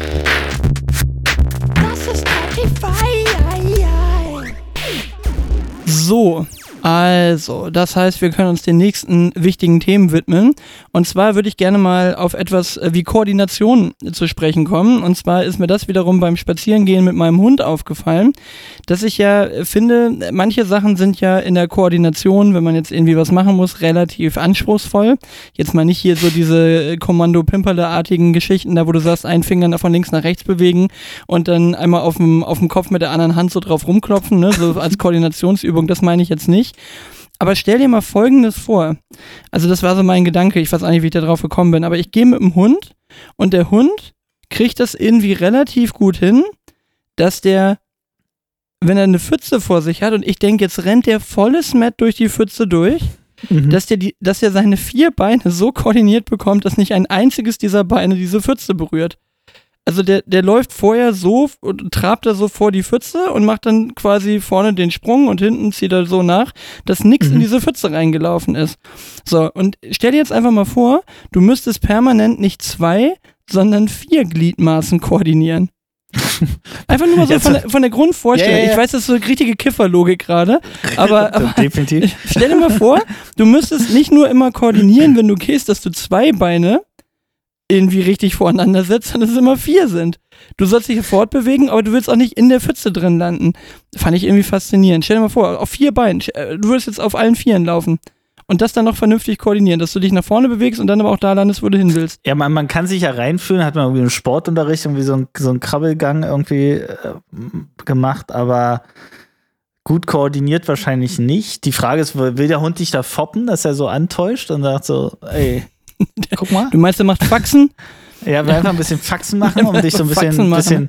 So, also, das heißt, wir können uns den nächsten wichtigen Themen widmen. Und zwar würde ich gerne mal auf etwas wie Koordination zu sprechen kommen. Und zwar ist mir das wiederum beim Spazierengehen mit meinem Hund aufgefallen, dass ich ja finde, manche Sachen sind ja in der Koordination, wenn man jetzt irgendwie was machen muss, relativ anspruchsvoll. Jetzt mal nicht hier so diese Kommando-Pimperle-artigen Geschichten, da wo du sagst, einen Finger von links nach rechts bewegen und dann einmal auf dem Kopf mit der anderen Hand so drauf rumklopfen, ne? So als Koordinationsübung, das meine ich jetzt nicht. Aber stell dir mal Folgendes vor. Also das war so mein Gedanke, ich weiß auch nicht, wie ich da drauf gekommen bin, aber ich gehe mit dem Hund und der Hund kriegt das irgendwie relativ gut hin, dass der, wenn er eine Pfütze vor sich hat und ich denke, jetzt rennt der volles Mett durch die Pfütze durch, dass der seine 4 Beine so koordiniert bekommt, dass nicht ein einziges dieser Beine diese Pfütze berührt. Also der läuft vorher so und trabt da so vor die Pfütze und macht dann quasi vorne den Sprung und hinten zieht er so nach, dass nichts in diese Pfütze reingelaufen ist. So, und stell dir jetzt einfach mal vor, du müsstest permanent nicht 2, sondern 4 Gliedmaßen koordinieren. Einfach nur mal so von der Grundvorstellung. Ja. Ich weiß, das ist so eine richtige Kifferlogik gerade, aber definitiv. Stell dir mal vor, du müsstest nicht nur immer koordinieren, wenn du gehst, dass du 2 Beine irgendwie richtig voreinander setzt, sondern dass es immer 4 sind. Du sollst dich fortbewegen, aber du willst auch nicht in der Pfütze drin landen. Fand ich irgendwie faszinierend. Stell dir mal vor, auf 4 Beinen, du würdest jetzt auf allen 4 laufen. Und das dann noch vernünftig koordinieren, dass du dich nach vorne bewegst und dann aber auch da landest, wo du hin willst. Ja, man kann sich ja reinfühlen, hat man irgendwie im Sportunterricht irgendwie so ein Krabbelgang irgendwie gemacht, aber gut koordiniert wahrscheinlich nicht. Die Frage ist, will der Hund dich da foppen, dass er so antäuscht und sagt so, ey, guck mal. Du meinst, er macht Faxen? Ja, will einfach ein bisschen Faxen machen, um dich so ein bisschen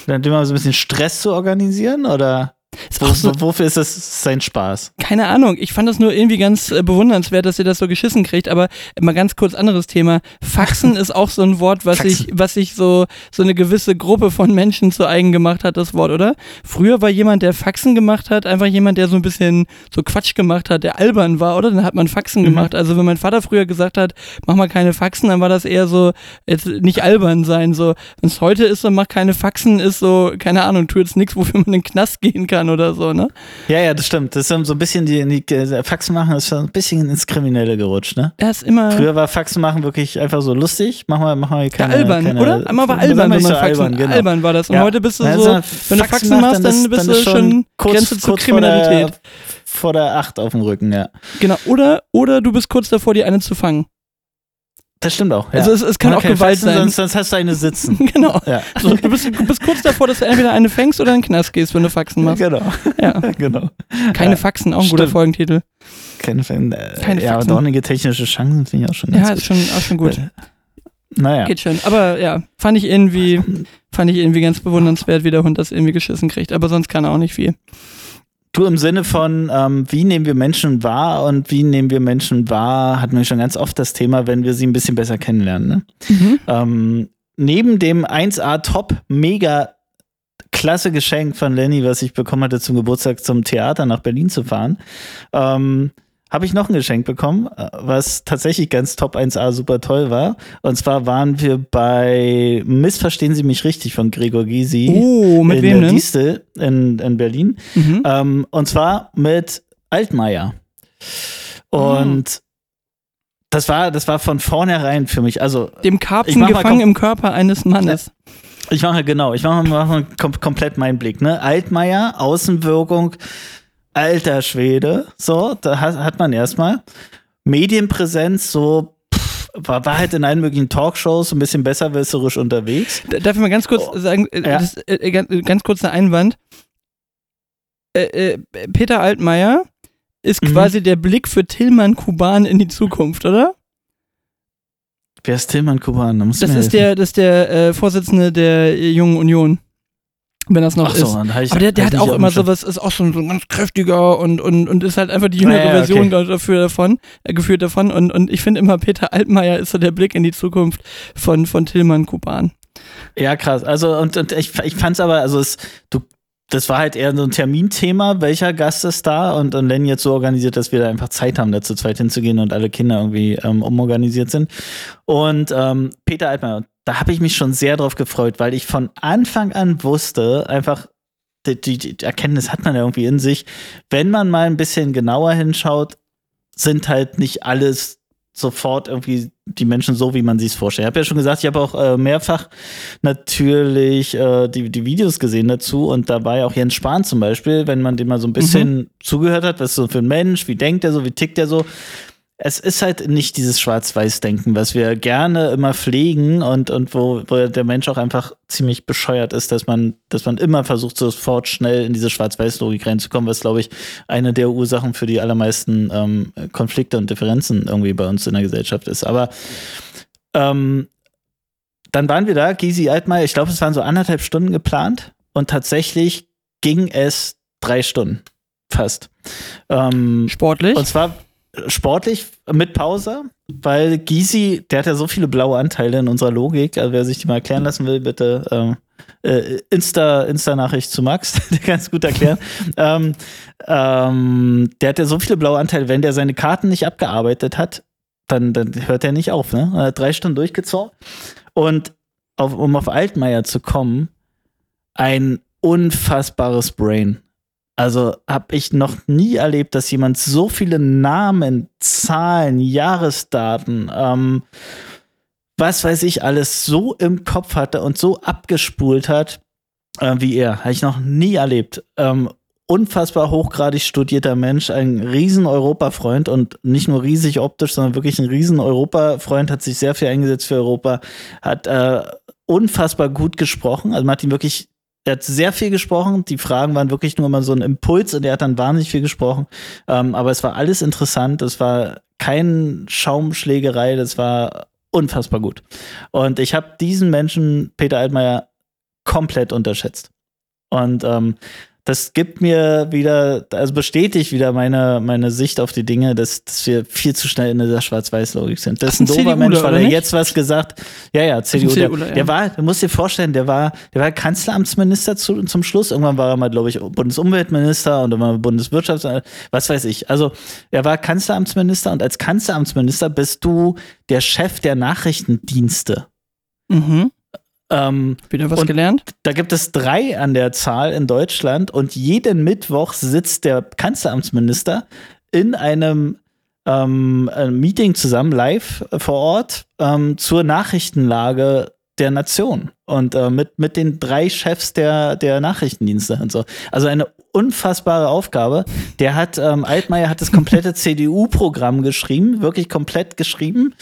Stress zu organisieren, oder? Wofür ist das sein Spaß? Keine Ahnung, ich fand das nur irgendwie ganz bewundernswert, dass ihr das so geschissen kriegt, aber mal ganz kurz anderes Thema. Faxen ist auch so ein Wort, was sich so eine gewisse Gruppe von Menschen zu eigen gemacht hat, das Wort, oder? Früher war jemand, der Faxen gemacht hat, einfach jemand, der so ein bisschen so Quatsch gemacht hat, der albern war, oder? Dann hat man Faxen gemacht. Also wenn mein Vater früher gesagt hat, mach mal keine Faxen, dann war das eher so, jetzt nicht albern sein, so. Wenn es heute ist, so mach keine Faxen, ist so, keine Ahnung, tu jetzt nichts, wofür man in den Knast gehen kann oder so, ne? Ja, das stimmt. Das ist so ein bisschen die Faxen machen ist schon ein bisschen ins Kriminelle gerutscht, ne? Das ist immer. Früher war Faxen machen wirklich einfach so lustig. Mach mal keine. Ja, albern, oder? Einmal war albern, wenn man so Faxen. Albern war das. Und heute bist du so, wenn du Faxen machst, dann bist du schon Grenze zur Kriminalität. Vor der 8 auf dem Rücken, ja. Genau. Oder du bist kurz davor, die eine zu fangen. Das stimmt auch. Ja. Also es kann auch Gewalt sein. Sonst hast du eine sitzen. Genau. Ja. So, du bist kurz davor, dass du entweder eine fängst oder in den Knast gehst, wenn du Faxen machst. Genau. Ja. Genau. Keine Faxen, auch ein guter Folgentitel. Keine Faxen. Ja, aber dornige technische Chancen finde ich auch schon ganz gut. Ja, ist auch schon gut. Naja. Geht schon. Aber ja, fand ich irgendwie ganz bewundernswert, wie der Hund das irgendwie geschissen kriegt. Aber sonst kann er auch nicht viel. Du, im Sinne von, wie nehmen wir Menschen wahr und wie nehmen wir Menschen wahr, hatten wir schon ganz oft das Thema, wenn wir sie ein bisschen besser kennenlernen. Ne? Neben dem 1A Top mega klasse Geschenk von Lenny, was ich bekommen hatte zum Geburtstag zum Theater nach Berlin zu fahren, habe ich noch ein Geschenk bekommen, was tatsächlich ganz Top 1A super toll war. Und zwar waren wir bei Missverstehen Sie mich richtig von Gregor Gysi mit wem der Distel in Berlin. Und zwar mit Altmaier. Und das war von vornherein für mich. Also dem Karpfen gefangen im Körper eines Mannes. Ich mache mal komplett meinen Blick. Ne? Altmaier, Außenwirkung, alter Schwede, so, da hat man erstmal Medienpräsenz, so, war halt in allen möglichen Talkshows ein bisschen besserwisserisch unterwegs. Darf ich mal ganz kurz sagen, ganz kurz ein Einwand. Peter Altmaier ist quasi der Blick für Tilman Kuban in die Zukunft, oder? Wer ist Tilman Kuban? Das ist der Vorsitzende der Jungen Union. Wenn das noch ist. Aber der hat auch immer sowas, ist auch schon so ein ganz kräftiger und ist halt einfach die jüngere Version geführt davon. Und ich finde immer, Peter Altmaier ist so der Blick in die Zukunft von Tilman Kuban. Ja, krass. Also, und ich fand's aber, also das war halt eher so ein Terminthema, welcher Gast ist da und Lenny jetzt so organisiert, dass wir da einfach Zeit haben, da zu zweit hinzugehen und alle Kinder irgendwie umorganisiert sind. Und Peter Altmaier, da habe ich mich schon sehr drauf gefreut, weil ich von Anfang an wusste, einfach die Erkenntnis hat man ja irgendwie in sich, wenn man mal ein bisschen genauer hinschaut, sind halt nicht alles sofort irgendwie die Menschen so, wie man sich es vorstellt. Ich habe ja schon gesagt, ich habe auch mehrfach natürlich die Videos gesehen dazu und da war ja auch Jens Spahn zum Beispiel, wenn man dem mal so ein bisschen zugehört hat, was ist so für ein Mensch, wie denkt er so, wie tickt er so. Es ist halt nicht dieses Schwarz-Weiß-Denken, was wir gerne immer pflegen und wo der Mensch auch einfach ziemlich bescheuert ist, dass man immer versucht, sofort schnell in diese Schwarz-Weiß-Logik reinzukommen, was, glaube ich, eine der Ursachen für die allermeisten Konflikte und Differenzen irgendwie bei uns in der Gesellschaft ist. Aber dann waren wir da, Gysi Altmaier, ich glaube, es waren so 1,5 Stunden geplant und tatsächlich ging es 3 Stunden. Fast. Sportlich? Und zwar sportlich mit Pause, weil Gysi, der hat ja so viele blaue Anteile in unserer Logik, also wer sich die mal erklären lassen will, bitte Insta-Nachricht zu Max, der kann es gut erklären. Der hat ja so viele blaue Anteile, wenn der seine Karten nicht abgearbeitet hat, dann hört er nicht auf, ne? Er hat 3 Stunden durchgezogen. Und um auf Altmaier zu kommen, ein unfassbares Brain. Also habe ich noch nie erlebt, dass jemand so viele Namen, Zahlen, Jahresdaten, was weiß ich alles, so im Kopf hatte und so abgespult hat, wie er. Habe ich noch nie erlebt. Unfassbar hochgradig studierter Mensch, ein riesen Europafreund und nicht nur riesig optisch, sondern wirklich ein riesen Europafreund, hat sich sehr viel eingesetzt für Europa, hat unfassbar gut gesprochen. Also man hat ihn wirklich, er hat sehr viel gesprochen. Die Fragen waren wirklich nur mal so ein Impuls und er hat dann wahnsinnig viel gesprochen. Aber es war alles interessant. Es war keine Schaumschlägerei. Das war unfassbar gut. Und ich habe diesen Menschen, Peter Altmaier, komplett unterschätzt. Und das gibt mir wieder, also bestätigt wieder meine Sicht auf die Dinge, dass wir viel zu schnell in dieser Schwarz-Weiß-Logik sind. Das ist ein doofer Mensch, weil er jetzt was gesagt, CDU. Der war, du musst dir vorstellen, der war Kanzleramtsminister zum Schluss. Irgendwann war er mal, glaube ich, Bundesumweltminister und dann war Bundeswirtschafts, was weiß ich. Also, er war Kanzleramtsminister und als Kanzleramtsminister bist du der Chef der Nachrichtendienste. Mhm. Wieder was gelernt? Da gibt es 3 an der Zahl in Deutschland und jeden Mittwoch sitzt der Kanzleramtsminister in einem Meeting zusammen, live vor Ort, zur Nachrichtenlage der Nation und mit den 3 Chefs der Nachrichtendienste und so. Also eine unfassbare Aufgabe. Der hat, Altmaier hat das komplette CDU-Programm geschrieben, wirklich komplett geschrieben.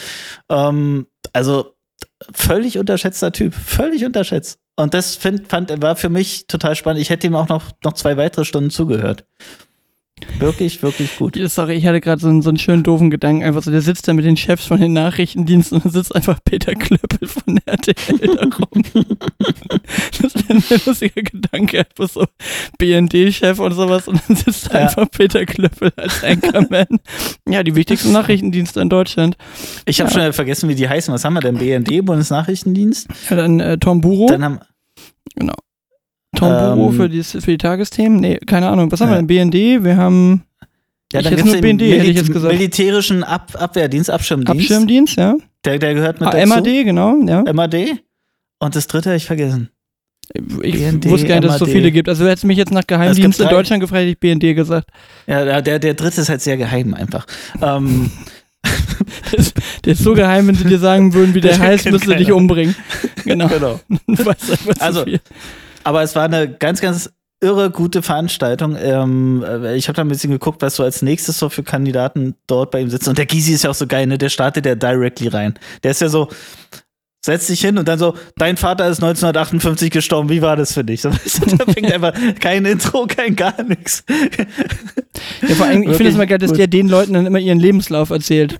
Also völlig unterschätzter Typ, völlig unterschätzt. Und das war für mich total spannend. Ich hätte ihm auch noch 2 weitere Stunden zugehört. Wirklich, wirklich gut. Sorry, ich hatte gerade so einen schönen doofen Gedanken. Einfach so, der sitzt da mit den Chefs von den Nachrichtendiensten und dann sitzt einfach Peter Klöppel von RTL da rum. Das wäre ein lustiger Gedanke. Einfach so BND-Chef und sowas und dann sitzt einfach Peter Klöppel als Anchorman. Ja, die wichtigsten Nachrichtendienste in Deutschland. Ich habe schon vergessen, wie die heißen. Was haben wir denn? BND, Bundesnachrichtendienst? Ja, dann Tom Buro. Genau. Tom Buro für die Tagesthemen? Nee, keine Ahnung. Was haben wir denn? BND? Wir haben. Ja, dann gibt es den militärischen Abwehrdienst, Abschirmdienst. Abschirmdienst, ja. Der gehört mit dazu. MAD, genau, ja. MAD. Und das dritte habe ich vergessen. Ich wusste gar nicht, dass es so viele gibt. Also, du hättest mich jetzt nach Geheimdienst in Deutschland gefragt, hätte ich BND gesagt. Ja, der dritte ist halt sehr geheim einfach. Der ist so geheim, wenn sie dir sagen würden, wie der heißt, müsste du dich umbringen. Genau. Du weißt einfach so viel. Aber es war eine ganz, ganz irre gute Veranstaltung. Ich habe da ein bisschen geguckt, was so als nächstes so für Kandidaten dort bei ihm sitzen. Und der Gysi ist ja auch so geil, ne? Der startet ja directly rein. Der ist ja so, setzt sich hin und dann so, dein Vater ist 1958 gestorben, wie war das für dich? So, da fängt einfach kein Intro, kein gar nichts. Ja, vor allem, ich finde es immer geil, dass der den Leuten dann immer ihren Lebenslauf erzählt.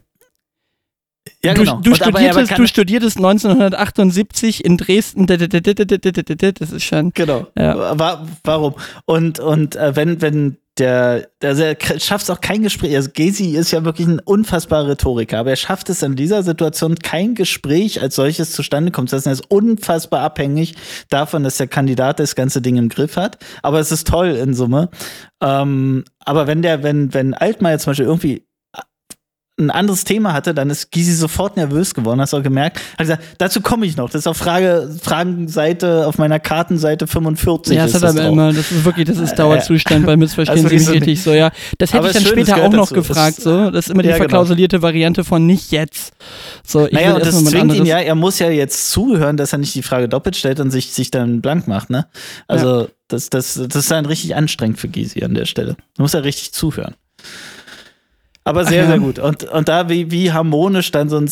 Ja, genau. Du studiertest 1978 in Dresden. Das ist schon. Genau. Ja. Warum? Und wenn der schafft es auch kein Gespräch. Also Gysi ist ja wirklich ein unfassbarer Rhetoriker, aber er schafft es in dieser Situation kein Gespräch als solches zustande kommt. Das heißt, er ist unfassbar abhängig davon, dass der Kandidat das ganze Ding im Griff hat. Aber es ist toll in Summe. Aber wenn Altmaier zum Beispiel irgendwie ein anderes Thema hatte, dann ist Gysi sofort nervös geworden, hast du auch gemerkt. Hat gesagt, dazu komme ich noch. Das ist auf Fragenseite, auf meiner Kartenseite 45. Ja, das hat aber immer, das ist Dauerzustand bei Missverstehen Sie mich richtig so, ja. Das hätte ich dann später auch noch gefragt, so. Das ist immer die verklausulierte Variante von nicht jetzt. So, naja, und das zwingt ihn ja, er muss ja jetzt zuhören, dass er nicht die Frage doppelt stellt und sich dann blank macht, ne? Also, das ist dann richtig anstrengend für Gysi an der Stelle. Da muss er richtig zuhören. Aber sehr, sehr gut. Und da, wie harmonisch dann so ein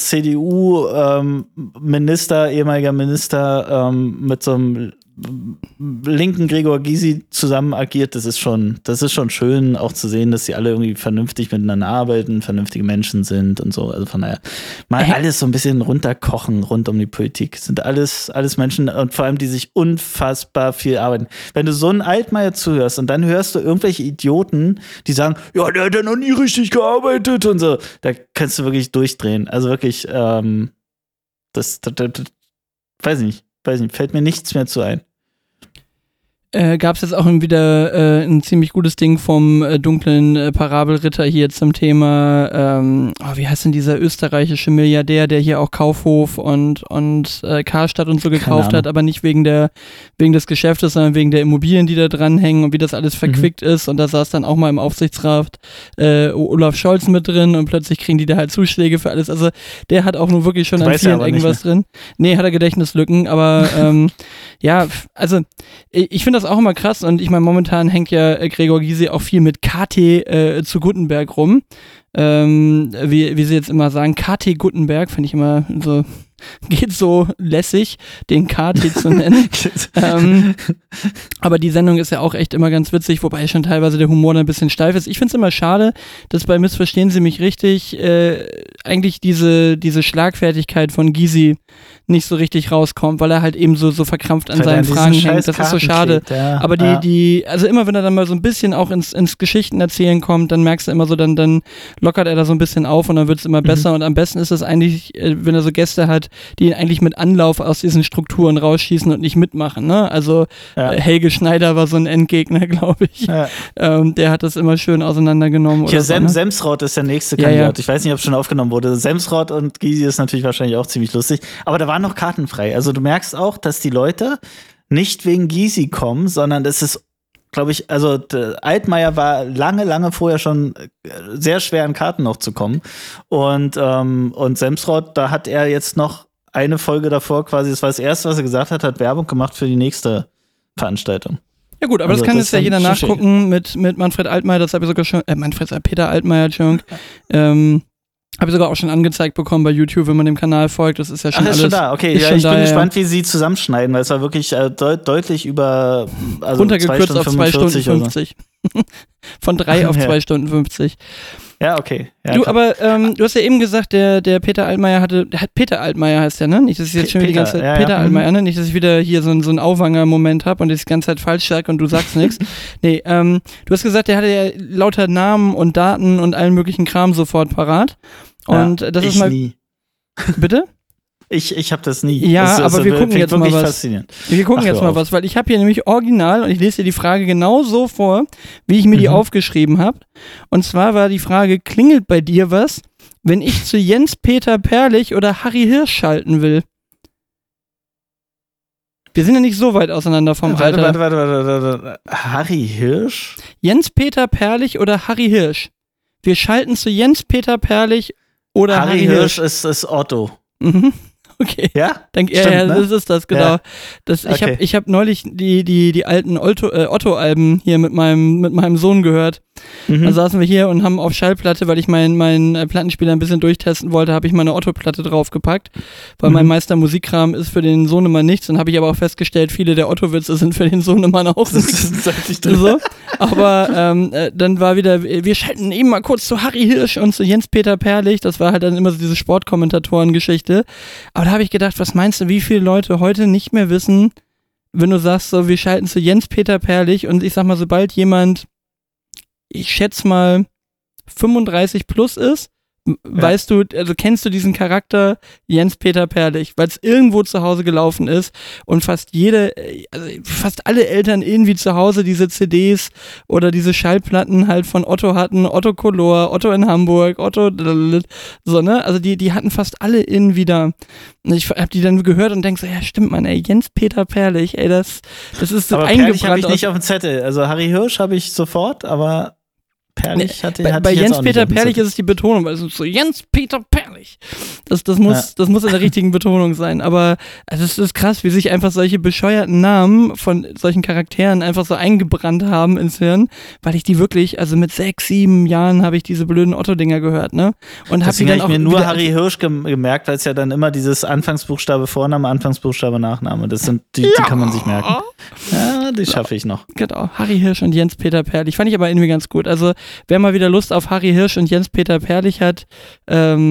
CDU-Minister, ehemaliger Minister mit so einem linken Gregor Gysi zusammen agiert, das ist schon schön, auch zu sehen, dass sie alle irgendwie vernünftig miteinander arbeiten, vernünftige Menschen sind und so. Also von daher mal alles so ein bisschen runterkochen rund um die Politik. Sind alles Menschen und vor allem, die sich unfassbar viel arbeiten. Wenn du so einen Altmaier zuhörst und dann hörst du irgendwelche Idioten, die sagen, ja, der hat ja noch nie richtig gearbeitet und so, da kannst du wirklich durchdrehen. Also wirklich, weiß nicht, fällt mir nichts mehr zu ein. Gab es jetzt auch wieder ein ziemlich gutes Ding vom dunklen Parabelritter hier zum Thema, wie heißt denn dieser österreichische Milliardär, der hier auch Kaufhof und Karstadt und so gekauft hat, aber nicht wegen des Geschäftes, sondern wegen der Immobilien, die da dranhängen und wie das alles verquickt ist. Und da saß dann auch mal im Aufsichtsrat Olaf Scholz mit drin und plötzlich kriegen die da halt Zuschläge für alles. Also der hat auch nur wirklich schon an vielen irgendwas drin. Nee, hat er Gedächtnislücken, aber ja, also ich finde das auch immer krass und ich meine, momentan hängt ja Gregor Gysi auch viel mit KT zu Guttenberg rum. Wie sie jetzt immer sagen, KT Guttenberg, finde ich immer so, geht so lässig, den KT zu nennen. Aber die Sendung ist ja auch echt immer ganz witzig, wobei schon teilweise der Humor da ein bisschen steif ist. Ich finde es immer schade, dass bei Missverstehen Sie mich richtig eigentlich diese Schlagfertigkeit von Gysi nicht so richtig rauskommt, weil er halt eben so verkrampft an seinen Fragen hängt. Das ist so schade. Ja. Aber also immer wenn er dann mal so ein bisschen auch ins Geschichtenerzählen kommt, dann merkst du immer so, dann lockert er da so ein bisschen auf und dann wird es immer besser. Und am besten ist es eigentlich, wenn er so Gäste hat, die ihn eigentlich mit Anlauf aus diesen Strukturen rausschießen und nicht mitmachen. Ne? Also Helge Schneider war so ein Endgegner, glaube ich. Ja. Der hat das immer schön auseinandergenommen. Hier, Semsrott ist der nächste Kandidat. Ja. Ich weiß nicht, ob es schon aufgenommen wurde. Semsrott und Gysi ist natürlich wahrscheinlich auch ziemlich lustig. Aber da waren noch Karten frei. Also du merkst auch, dass die Leute nicht wegen Gysi kommen, sondern das ist, glaube ich, also Altmaier war lange vorher schon sehr schwer an Karten noch zu kommen. Und Semsrott, da hat er jetzt noch eine Folge davor quasi, das war das Erste, was er gesagt hat Werbung gemacht für die nächste Veranstaltung. Ja gut, aber also, das kann jetzt ja jeder nachgucken mit Manfred Altmaier, das habe ich sogar schon, Peter Altmaier, Entschuldigung, habe ich sogar auch schon angezeigt bekommen bei YouTube, wenn man dem Kanal folgt. Das ist ja schon alles. Ist schon da, okay. Ja, ich bin gespannt, wie sie zusammenschneiden, weil es war wirklich deutlich über runtergekürzt auf 2 Stunden 50. Von 3 auf 2 Stunden 50. Ja, okay. Ja, du, aber du hast ja eben gesagt, der Peter Altmaier Peter Altmaier heißt der, ne? Nicht, dass ich jetzt schon die ganze Zeit Peter Altmaier, ne? Nicht, dass ich wieder hier so einen Auwanger-Moment habe und das die ganze Zeit falsch sage und du sagst nichts. Nee, du hast gesagt, der hatte ja lauter Namen und Daten und allen möglichen Kram sofort parat. Und das ist mal. Nie. Bitte? Ich habe das nie. Ja, aber wir gucken jetzt mal was. Wir gucken jetzt mal was, weil ich habe hier nämlich original und ich lese dir die Frage genau so vor, wie ich mir die aufgeschrieben habe. Und zwar war die Frage, klingelt bei dir was, wenn ich zu Jens-Peter Perlich oder Harry Hirsch schalten will? Wir sind ja nicht so weit auseinander vom Alter. Warte. Harry Hirsch? Jens-Peter Perlich oder Harry Hirsch? Wir schalten zu Jens-Peter Perlich oder Harry Hirsch. Harry Hirsch ist Otto. Mhm. Okay. Ja? Stimmt, ne? Das ist das, genau. Ja. Ich hab neulich die alten Otto-Alben hier mit meinem Sohn gehört. Dann saßen wir hier und haben auf Schallplatte, weil ich meinen Plattenspieler ein bisschen durchtesten wollte, habe ich meine Otto-Platte draufgepackt, weil mein Meister Musikkram ist für den Sohn immer nichts. Dann habe ich aber auch festgestellt, viele der Otto-Witze sind für den Sohn immer auch nichts. So. Aber dann war wieder, wir schalten eben mal kurz zu Harry Hirsch und zu Jens-Peter Perlich. Das war halt dann immer so diese Sportkommentatoren-Geschichte. Aber da habe ich gedacht, was meinst du, wie viele Leute heute nicht mehr wissen, wenn du sagst, so, wir schalten zu Jens-Peter Perlich und ich sag mal, sobald jemand, ich schätze mal, 35 plus ist, weißt du, also kennst du diesen Charakter Jens-Peter Perlich, weil es irgendwo zu Hause gelaufen ist und fast alle Eltern irgendwie zu Hause diese CDs oder diese Schallplatten halt von Otto hatten, Otto Color, Otto in Hamburg, Otto, so, ne, also die hatten fast alle irgendwie da. Und ich hab die dann gehört und denk so, ja stimmt man, ey, Jens-Peter Perlich, ey, das ist so eingebrannt. Perlich habe ich nicht auf dem Zettel, also Harry Hirsch habe ich sofort, aber Perlich bei Jens-Peter Perlich ist es die Betonung, weil es ist so Jens-Peter Perlich. Das muss in der richtigen Betonung sein. Aber es ist krass, wie sich einfach solche bescheuerten Namen von solchen Charakteren einfach so eingebrannt haben ins Hirn, weil ich die wirklich, also mit 6, 7 Jahren habe ich diese blöden Otto-Dinger gehört, ne? Und habe ich mir nur Harry Hirsch gemerkt, weil es ja dann immer dieses Anfangsbuchstabe Vorname, Anfangsbuchstabe Nachname, das sind die kann man sich merken. Ja, die schaffe ich noch. Genau, Harry Hirsch und Jens-Peter Perlich. Fand ich aber irgendwie ganz gut. Also wer mal wieder Lust auf Harry Hirsch und Jens-Peter Perlich hat,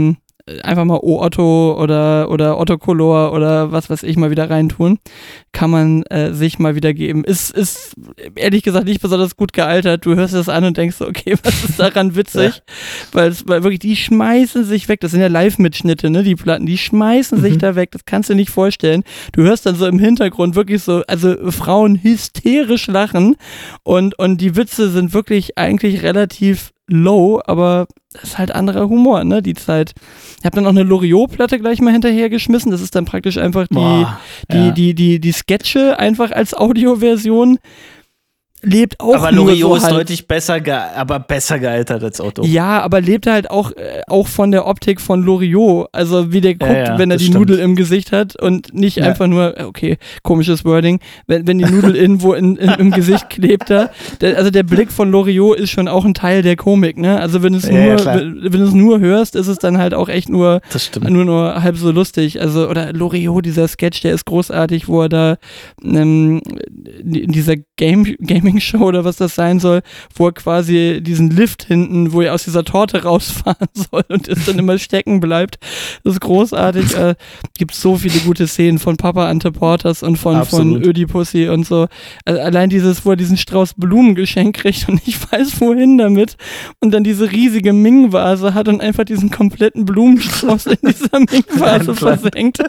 einfach mal O-Otto oder Otto-Color oder was weiß ich mal wieder reintun, kann man sich mal wieder geben. Ist ehrlich gesagt nicht besonders gut gealtert. Du hörst das an und denkst so, okay, was ist daran witzig? Weil wirklich, die schmeißen sich weg. Das sind ja Live-Mitschnitte, ne, die Platten. Die schmeißen sich da weg. Das kannst du nicht vorstellen. Du hörst dann so im Hintergrund wirklich so, also Frauen hysterisch lachen und die Witze sind wirklich eigentlich relativ low, aber das ist halt anderer Humor, ne, die Zeit. Ich habe dann auch eine Loriot-Platte gleich mal hinterhergeschmissen. Das ist dann praktisch einfach die Sketche einfach als Audioversion. Lebt auch aber nur Loriot so ist halt. deutlich besser gealtert als Otto. Ja, aber lebt halt auch von der Optik von Loriot. Also wie der guckt, wenn er die Nudel im Gesicht hat und nicht einfach nur, okay, komisches Wording, wenn die Nudel irgendwo im Gesicht klebt da. Also der Blick von Loriot ist schon auch ein Teil der Komik, ne? Also wenn du es nur hörst, ist es dann halt auch echt nur halb so lustig. Also, oder Loriot, dieser Sketch, der ist großartig, wo er da in dieser Gaming-Show oder was das sein soll, wo er quasi diesen Lift hinten, wo er aus dieser Torte rausfahren soll und es dann immer stecken bleibt. Das ist großartig. Gibt so viele gute Szenen von Papa Ante Porters und von Ödipussy und so. Also allein dieses, wo er diesen Strauß Blumen geschenkt kriegt und ich weiß wohin damit und dann diese riesige Ming-Vase hat und einfach diesen kompletten Blumenstrauß in dieser Ming-Vase versenkt.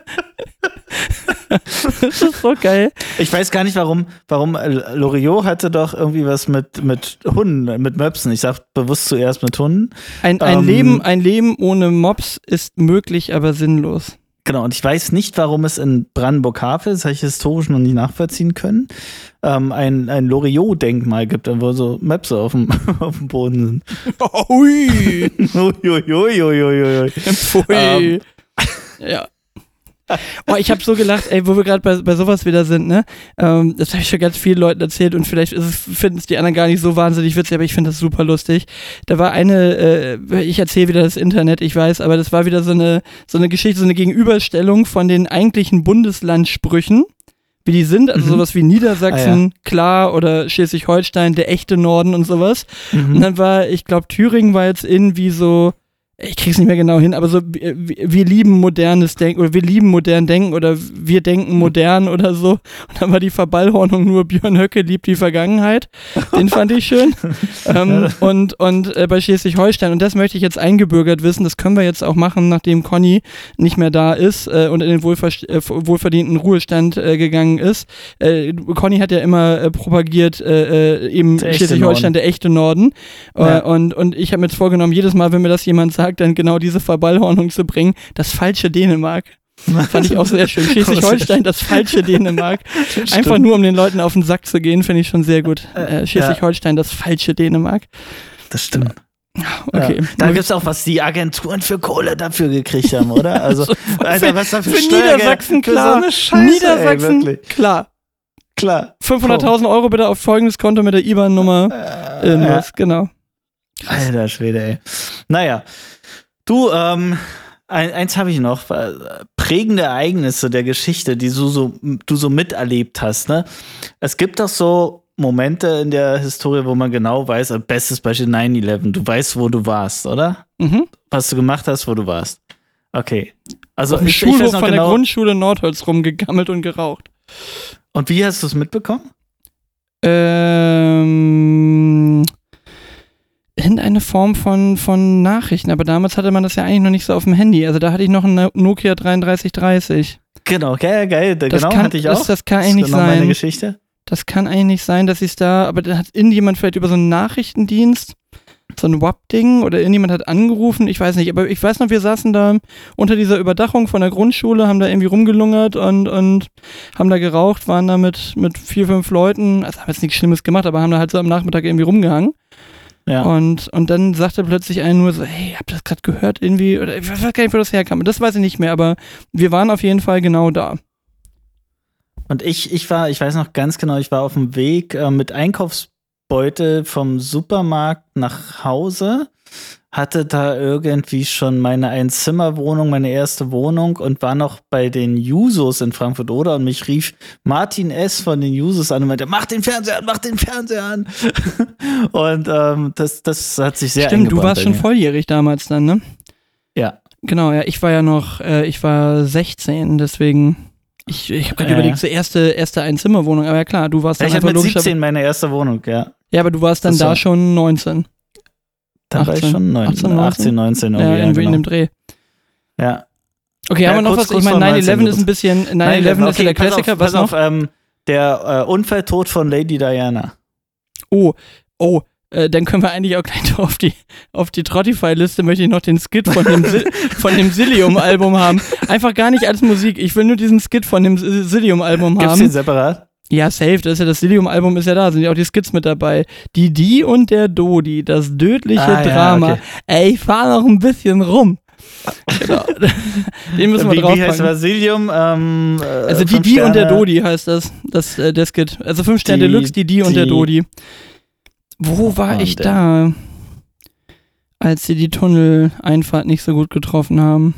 Das ist so geil. Ich weiß gar nicht, warum Loriot hatte doch irgendwie was mit Hunden, mit Möpsen. Ich sag bewusst zuerst mit Hunden. Ein Leben ohne Mops ist möglich, aber sinnlos. Genau, und ich weiß nicht, warum es in Brandenburg-Havel, das habe ich historisch noch nie nachvollziehen können, ein Loriot-Denkmal gibt, wo so Möpse auf dem Boden sind. Ui! Uiuiuiuiui. Ja. Oh, ich habe so gelacht, ey, wo wir gerade bei sowas wieder sind, ne? Das habe ich schon ganz vielen Leuten erzählt und vielleicht finden es die anderen gar nicht so wahnsinnig witzig, aber ich finde das super lustig. Da war ich erzähle wieder das Internet, ich weiß, aber das war wieder so eine Geschichte, so eine Gegenüberstellung von den eigentlichen Bundeslandssprüchen, wie die sind, also sowas wie Niedersachsen, klar, oder Schleswig-Holstein, der echte Norden und sowas. Und dann war, ich glaube, Thüringen war jetzt irgendwie so, ich krieg's nicht mehr genau hin, aber so, wir lieben modernes Denken oder wir lieben modern Denken oder wir denken modern oder so. Und dann war die Verballhornung nur Björn Höcke liebt die Vergangenheit. Den fand ich schön. Und bei Schleswig-Holstein, und das möchte ich jetzt eingebürgert wissen, das können wir jetzt auch machen, nachdem Conny nicht mehr da ist und in den wohlverdienten Ruhestand gegangen ist. Conny hat ja immer propagiert, eben Schleswig-Holstein, der echte Norden. Und ich habe mir jetzt vorgenommen, jedes Mal, wenn mir das jemand sagt, dann genau diese Verballhornung zu bringen, das falsche Dänemark. Fand ich auch sehr schön. Schleswig-Holstein, das falsche Dänemark. Einfach nur, um den Leuten auf den Sack zu gehen, finde ich schon sehr gut. Schleswig-Holstein, das falsche Dänemark. Das stimmt. Okay. Ja. Da gibt es auch, was die Agenturen für Kohle dafür gekriegt haben, oder? Also, Alter, was da für Niedersachsen, klar. So eine Scheiße, Niedersachsen, klar. 500.000 Euro bitte auf folgendes Konto mit der IBAN-Nummer. Irgendwas, genau. Alter Schwede, ey. Naja, du, eins habe ich noch. Prägende Ereignisse der Geschichte, die du so miterlebt hast, ne? Es gibt doch so Momente in der Historie, wo man genau weiß, bestes Beispiel 9/11, du weißt, wo du warst, oder? Was du gemacht hast, wo du warst. Okay. Also auf dem Schulhof von der Grundschule Nordholz rumgegammelt und geraucht. Und wie hast du es mitbekommen? Eine Form von Nachrichten, aber damals hatte man das ja eigentlich noch nicht so auf dem Handy. Also da hatte ich noch einen Nokia 3330. Genau, geil. Hatte ich auch. Das kann eigentlich nicht sein. Meine Geschichte. Das kann eigentlich nicht sein, dass ich es da, aber da hat irgendjemand vielleicht über so einen Nachrichtendienst, so ein WAP-Ding oder irgendjemand hat angerufen, ich weiß nicht, aber ich weiß noch, wir saßen da unter dieser Überdachung von der Grundschule, haben da irgendwie rumgelungert und haben da geraucht, waren da mit 4, 5 Leuten, also haben jetzt nichts Schlimmes gemacht, aber haben da halt so am Nachmittag irgendwie rumgehangen. Ja. Und dann sagte plötzlich einer nur so, hey, habt ihr das gerade gehört irgendwie? Oder ich weiß gar nicht, wo das herkam. Das weiß ich nicht mehr, aber wir waren auf jeden Fall genau da. Und ich weiß noch ganz genau, ich war auf dem Weg mit Einkaufsbeutel vom Supermarkt nach Hause, hatte da irgendwie schon meine Einzimmerwohnung, meine erste Wohnung und war noch bei den Jusos in Frankfurt-Oder und mich rief Martin S. von den Jusos an und meinte, mach den Fernseher an. Und das hat sich sehr Stimmt, du warst schon volljährig damals dann, ne? Ja. Genau, ja, ich war 16, deswegen, ich habe gerade überlegt, so erste Einzimmerwohnung, aber ja klar, du warst dann ich hatte mit 17 meine erste Wohnung, ja. Ja, aber du warst dann da schon 19. Dann 18, war ich schon 18, 19. Ja, irgendwie in dem Dreh. Ja. Okay, haben wir noch was? Ich meine, 9/11 ist ein bisschen, 9/11 ist ja der Klassiker. Pass auf, der Unfalltod von Lady Diana. Oh, dann können wir eigentlich auch gleich auf die Trottify-Liste möchte ich noch den Skit von dem Zillium-Album haben. Einfach gar nicht als Musik. Ich will nur diesen Skit von dem Zillium-Album haben. Gibt's den separat? Ja, safe. Das Zillium-Album ist ja da. Sind ja auch die Skits mit dabei. Die und der Dodi. Das tödliche Drama. Ja, okay. Ey, ich fahr noch ein bisschen rum. Genau. Den müssen wir draufpacken. Wie heißt Vasilium? Also die und der Dodi heißt der Skit. Also 5 Sterne Deluxe, die und der Dodi. Wo war ich da, als sie die Tunneleinfahrt nicht so gut getroffen haben?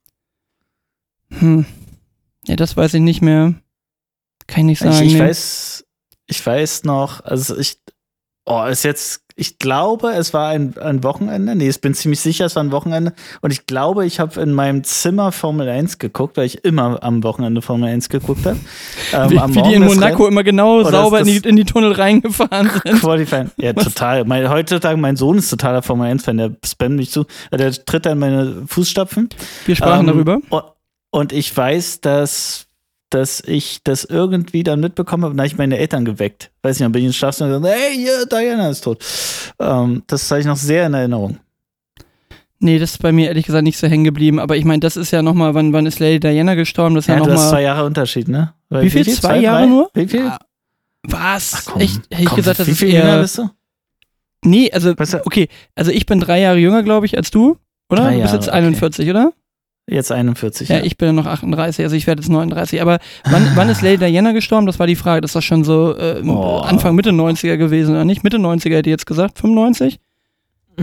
Ja, das weiß ich nicht mehr. Kann ich nicht sagen. Ich weiß noch, also ich glaube, es war ein Wochenende. Nee, ich bin ziemlich sicher, es war ein Wochenende. Und ich glaube, ich habe in meinem Zimmer Formel 1 geguckt, weil ich immer am Wochenende Formel 1 geguckt habe. Wie die in Monaco immer genau sauber in die Tunnel reingefahren sind. Qualifying. Ja, total. Heutzutage, mein Sohn ist totaler Formel 1-Fan, der spammt mich zu. Der tritt an meine Fußstapfen. Wir sprachen darüber. Und ich weiß, dass ich das irgendwie dann mitbekommen habe, und da habe ich meine Eltern geweckt. Weiß nicht, dann bin ich ins Schlafzimmer und gesagt, hey, hier, Diana ist tot. Das habe ich noch sehr in Erinnerung. Nee, das ist bei mir ehrlich gesagt nicht so hängen geblieben, aber ich meine, das ist ja nochmal, wann ist Lady Diana gestorben? Das ist ja du noch hast 2 Jahre Unterschied, ne? Wie viel? 2 Jahre nur? Wie viel? Was? Ach, komm, echt? Hätte ich gesagt, das ist eher... Wie viel jünger bist du? Nee, also, okay, also ich bin 3 Jahre jünger, glaube ich, als du, oder? 3 Jahre, du bist jetzt 41, okay. Oder? Jetzt 41. Ja, ich bin ja noch 38, also ich werde jetzt 39. Aber wann ist Lady Diana gestorben? Das war die Frage. Das ist doch schon so Anfang, Mitte 90er gewesen, oder nicht? Mitte 90er hätte ich jetzt gesagt. 95? Ich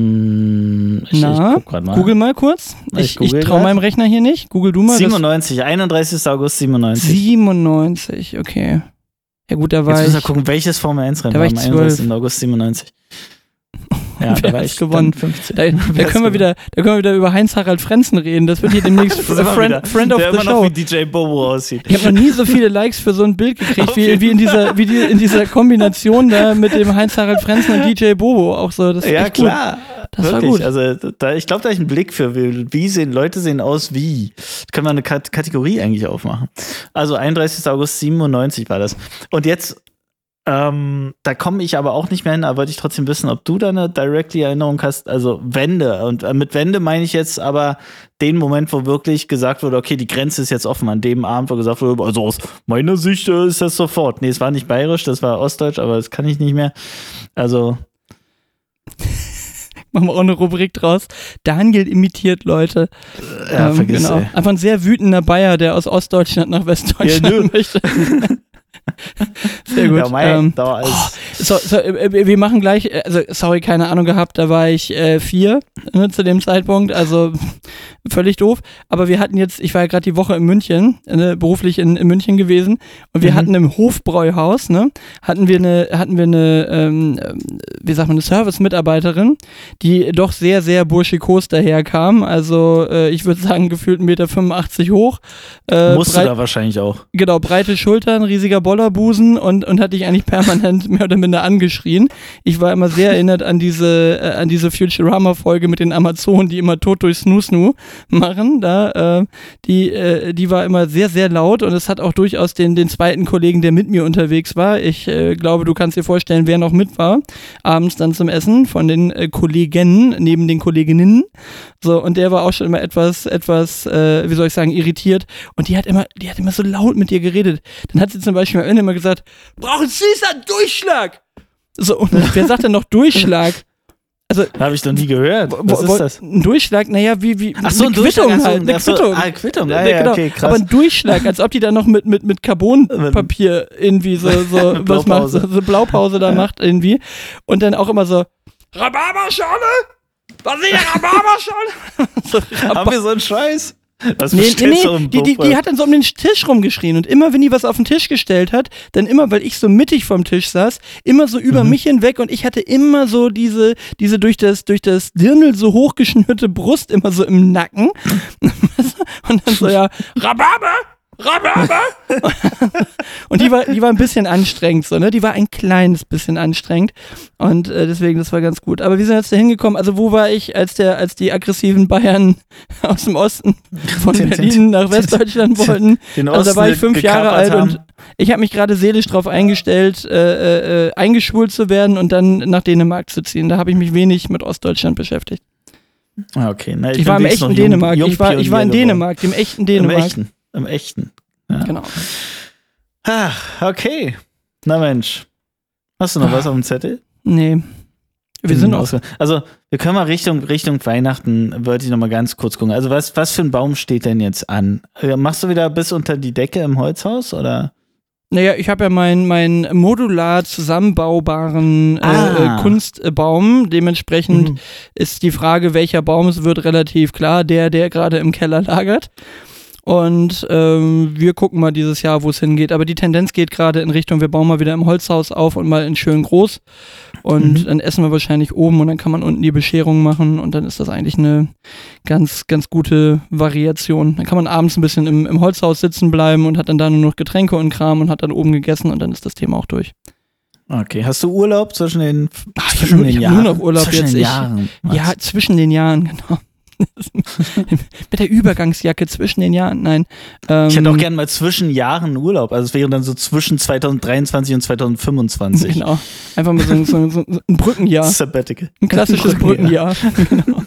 guck grad mal. Google mal kurz. Ich traue meinem Rechner hier nicht. Google du mal. 97, 31. August 97. 97, okay. Ja gut, da war jetzt müssen wir gucken, welches Formel 1-Rennen war am 31. August 97. Ja, da war ich gewonnen. 15. Da können wir wieder über Heinz-Harald Frenzen reden. Das wird hier demnächst Friend of the Show. Der immer noch wie DJ Bobo aussieht. Ich habe noch nie so viele Likes für so ein Bild gekriegt, wie in dieser Kombination da mit dem Heinz-Harald Frenzen und DJ Bobo. Auch so, das ist echt klar. Gut. Das wirklich, war gut. Also ich glaube, da habe ich einen Blick für, Leute sehen aus wie. Da können wir eine Kategorie eigentlich aufmachen. Also 31. August 97 war das. Und jetzt da komme ich aber auch nicht mehr hin, aber wollte ich trotzdem wissen, ob du da eine directly Erinnerung hast, also Wende. Und mit Wende meine ich jetzt aber den Moment, wo wirklich gesagt wurde, okay, die Grenze ist jetzt offen. An dem Abend, wo gesagt wurde, also aus meiner Sicht ist das sofort. Nee, es war nicht bayerisch, das war ostdeutsch, aber das kann ich nicht mehr. Also machen wir auch eine Rubrik draus. Daniel imitiert Leute. Ja, vergiss genau. Einfach ein sehr wütender Bayer, der aus Ostdeutschland nach Westdeutschland möchte. Sehr gut. Ja, wir machen gleich, also sorry, keine Ahnung gehabt, da war ich 4 zu dem Zeitpunkt, also völlig doof, aber wir hatten jetzt, ich war ja gerade die Woche in München, beruflich in München gewesen und wir hatten im Hofbräuhaus, hatten wir eine wie sagt man, eine Service-Mitarbeiterin, die doch sehr, sehr burschikos daherkam, also ich würde sagen gefühlt 1,85 Meter hoch. Musst du da wahrscheinlich auch. Genau, breite Schultern, riesiger Bollerbusen und hat dich eigentlich permanent mehr oder minder angeschrien. Ich war immer sehr erinnert an diese Futurama-Folge mit den Amazonen, die immer tot durch Snoo machen. Die war immer sehr, sehr laut und es hat auch durchaus den zweiten Kollegen, der mit mir unterwegs war. Ich glaube, du kannst dir vorstellen, wer noch mit war. Abends dann zum Essen von den Kollegen neben den Kolleginnen. So, und der war auch schon immer etwas, wie soll ich sagen, irritiert. Und die hat immer so laut mit dir geredet. Dann hat sie zum Beispiel am Ende immer gesagt, brauchen Sie einen Durchschlag? So, und wer sagt denn noch Durchschlag? Also, habe ich noch nie gehört. Was ist das? Ein Durchschlag, naja, wie ach so, eine Quittung halt. Eine Quittung. Quittung. Ja, genau. Okay, krass. Aber ein Durchschlag, als ob die da noch mit Carbonpapier irgendwie so was macht, so Blaupause da macht irgendwie. Und dann auch immer so, Rhabarberschorle? Was ist denn Rhabarberschorle? Haben wir so einen Scheiß? Was Nee, die hat dann so um den Tisch rumgeschrien und immer, wenn die was auf den Tisch gestellt hat, dann immer, weil ich so mittig vom Tisch saß, immer so über mich hinweg und ich hatte immer so diese durch das Dirndl so hochgeschnürte Brust immer so im Nacken und dann so, ja, Rhabarber! Und die war ein bisschen anstrengend, so, ne? Die war ein kleines bisschen anstrengend und deswegen, das war ganz gut. Aber wie sind wir jetzt da hingekommen? Also wo war ich, als die aggressiven Bayern aus dem Osten von Berlin nach Westdeutschland wollten? Also da war ich 5 Jahre alt und ich habe mich gerade seelisch drauf eingestellt, eingeschult zu werden und dann nach Dänemark zu ziehen. Da habe ich mich wenig mit Ostdeutschland beschäftigt. Okay, na, ich war im echten Dänemark. Ich war in Dänemark, dem echten Dänemark. Im echten. Ja. Genau. Okay. Na Mensch. Hast du noch was auf dem Zettel? Nee. Wir sind noch. Also, wir können mal Richtung Weihnachten, wollte ich noch mal ganz kurz gucken. Also, was für ein Baum steht denn jetzt an? Machst du wieder bis unter die Decke im Holzhaus, oder? Naja, ich habe ja meinen modular zusammenbaubaren Kunstbaum. Dementsprechend ist die Frage, welcher Baum es wird, relativ klar. Der gerade im Keller lagert. Und wir gucken mal dieses Jahr, wo es hingeht. Aber die Tendenz geht gerade in Richtung, wir bauen mal wieder im Holzhaus auf und mal in schön groß. Und dann essen wir wahrscheinlich oben und dann kann man unten die Bescherung machen. Und dann ist das eigentlich eine ganz, ganz gute Variation. Dann kann man abends ein bisschen im Holzhaus sitzen bleiben und hat dann da nur noch Getränke und Kram und hat dann oben gegessen und dann ist das Thema auch durch. Okay, hast du Urlaub zwischen den Jahren? Nur noch Urlaub zwischen jetzt. Den Jahren, ja, zwischen den Jahren, genau. Mit der Übergangsjacke zwischen den Jahren, nein. Ich hätte auch gerne mal zwischen Jahren Urlaub, also es wäre dann so zwischen 2023 und 2025. Genau, einfach mal so ein Brückenjahr. Sabbatical. Ein klassisches Brückenjahr. Genau.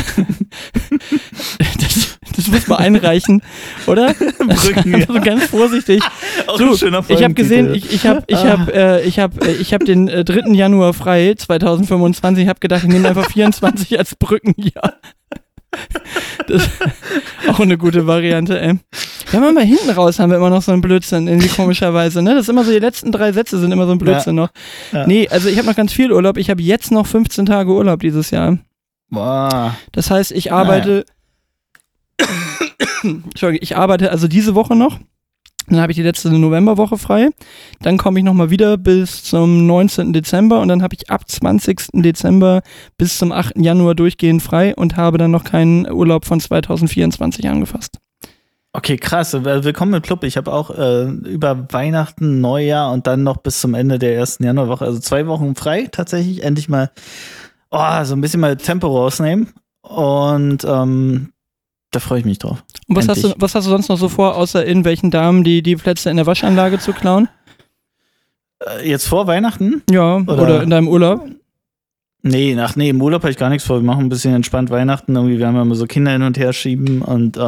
Das muss man einreichen, oder? Brückenjahr. Also ganz vorsichtig. So, ich habe gesehen, ich hab den 3. Januar frei, 2025, ich habe gedacht, ich nehme einfach 24 als Brückenjahr. Das ist auch eine gute Variante, ey. Ja, mal hinten raus haben wir immer noch so einen Blödsinn, irgendwie komischerweise, ne? Das ist immer so, die letzten 3 Sätze sind immer so ein Blödsinn noch. Ja. Nee, also ich habe noch ganz viel Urlaub. Ich habe jetzt noch 15 Tage Urlaub dieses Jahr. Boah. Das heißt, ich arbeite Entschuldigung, ich arbeite also diese Woche noch. Dann habe ich die letzte Novemberwoche frei. Dann komme ich nochmal wieder bis zum 19. Dezember und dann habe ich ab 20. Dezember bis zum 8. Januar durchgehend frei und habe dann noch keinen Urlaub von 2024 angefasst. Okay, krass. Willkommen im Club. Ich habe auch über Weihnachten, Neujahr und dann noch bis zum Ende der 1. Januarwoche, also 2 Wochen frei tatsächlich. Endlich mal so ein bisschen mal Tempo rausnehmen. Und da freue ich mich drauf. Und was hast du sonst noch so vor, außer irgendwelchen Damen, die Plätze in der Waschanlage zu klauen? Jetzt vor Weihnachten? Ja, oder in deinem Urlaub? Nee, im Urlaub habe ich gar nichts vor. Wir machen ein bisschen entspannt Weihnachten. Irgendwie, wir haben ja immer so Kinder hin und her schieben und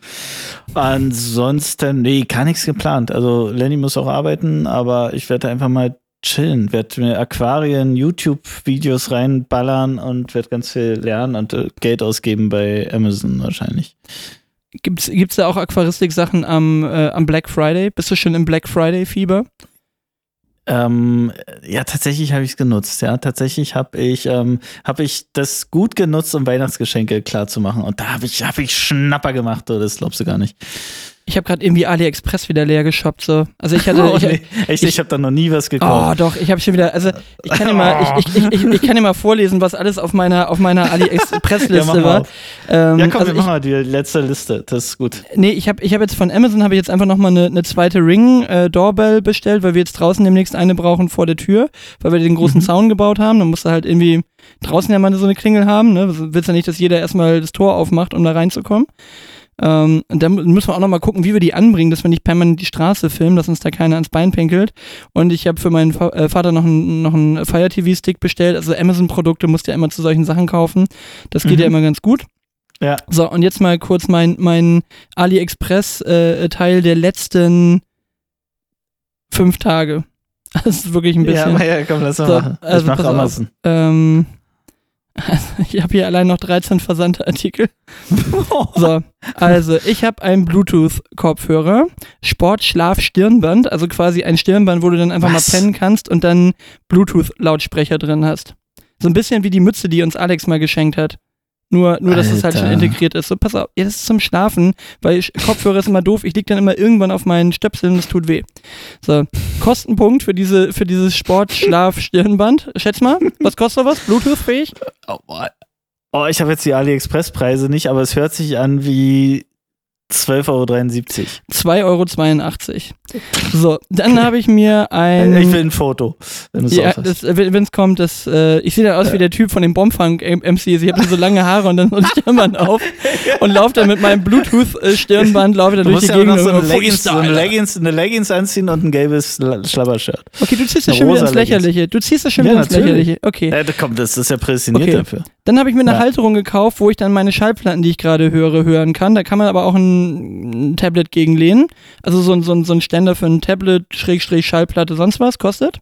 ansonsten, gar nichts geplant. Also Lenny muss auch arbeiten, aber ich werde einfach mal chillen, werde mir Aquarien, YouTube-Videos reinballern und werde ganz viel lernen und Geld ausgeben bei Amazon wahrscheinlich. Gibt's da auch Aquaristik-Sachen am Black Friday? Bist du schon im Black Friday-Fieber? Ja, tatsächlich habe ich es genutzt. Ja, tatsächlich habe ich das gut genutzt, um Weihnachtsgeschenke klar zu machen. Und da habe ich Schnapper gemacht. Das glaubst du gar nicht. Ich habe gerade irgendwie AliExpress wieder leer geshoppt, so. Also ich hatte. Ich habe da noch nie was gekauft. Oh, doch, ich habe schon wieder. Also ich kann dir mal vorlesen, was alles auf meiner AliExpress-Liste war. Ja, komm, wir machen mal die letzte Liste. Das ist gut. Nee, ich hab jetzt von Amazon jetzt einfach nochmal eine zweite Ring-Doorbell bestellt, weil wir jetzt draußen demnächst eine brauchen vor der Tür, weil wir den großen Zaun gebaut haben. Dann musst du halt irgendwie draußen ja mal so eine Klingel haben, ne? Du willst ja nicht, dass jeder erstmal das Tor aufmacht, um da reinzukommen. Und dann müssen wir auch nochmal gucken, wie wir die anbringen, dass wir nicht permanent die Straße filmen, dass uns da keiner ans Bein pinkelt. Und ich habe für meinen Vater noch einen Fire TV-Stick bestellt. Also Amazon-Produkte musst du ja immer zu solchen Sachen kaufen. Das geht ja immer ganz gut. Ja. So, und jetzt mal kurz mein AliExpress-Teil der letzten 5 Tage. Das ist wirklich ein bisschen. Ja, komm, lass mal machen. Also ich mach Amazon. Ich habe hier allein noch 13 Versandartikel. So, also ich habe einen Bluetooth-Kopfhörer, Sport-Schlaf-Stirnband, also quasi ein Stirnband, wo du dann einfach mal pennen kannst und dann Bluetooth-Lautsprecher drin hast. So ein bisschen wie die Mütze, die uns Alex mal geschenkt hat. Nur dass es halt schon integriert ist. So, pass auf, das ist zum Schlafen, weil Kopfhörer ist immer doof. Ich lieg dann immer irgendwann auf meinen Stöpseln und es tut weh. So, Kostenpunkt für dieses Sport-Schlaf-Stirnband. Schätz mal, was kostet sowas? Bluetooth-fähig? Oh, ich habe jetzt die AliExpress-Preise nicht, aber es hört sich an wie 12,73 €. 2,82 €. So, dann habe ich mir ein... Ich will ein Foto, wenn du es wenn es kommt, ich sehe dann aus wie der Typ von den Bombfunk-MCs. Ich habe so lange Haare und dann so ein Stirnband auf und laufe dann mit meinem Bluetooth-Stirnband durch die Gegend. Du musst ja eine Leggings anziehen und ein gelbes Schlabbershirt. Okay, du ziehst das schon wieder ins Lächerliche. Okay. Ja, komm, das ist ja prädestiniert dafür. Dann habe ich mir eine Halterung gekauft, wo ich dann meine Schallplatten, die ich gerade hören kann. Da kann man aber auch ein Tablet gegenlehnen. Also so ein Ständer für ein Tablet, Schallplatte, sonst was, kostet?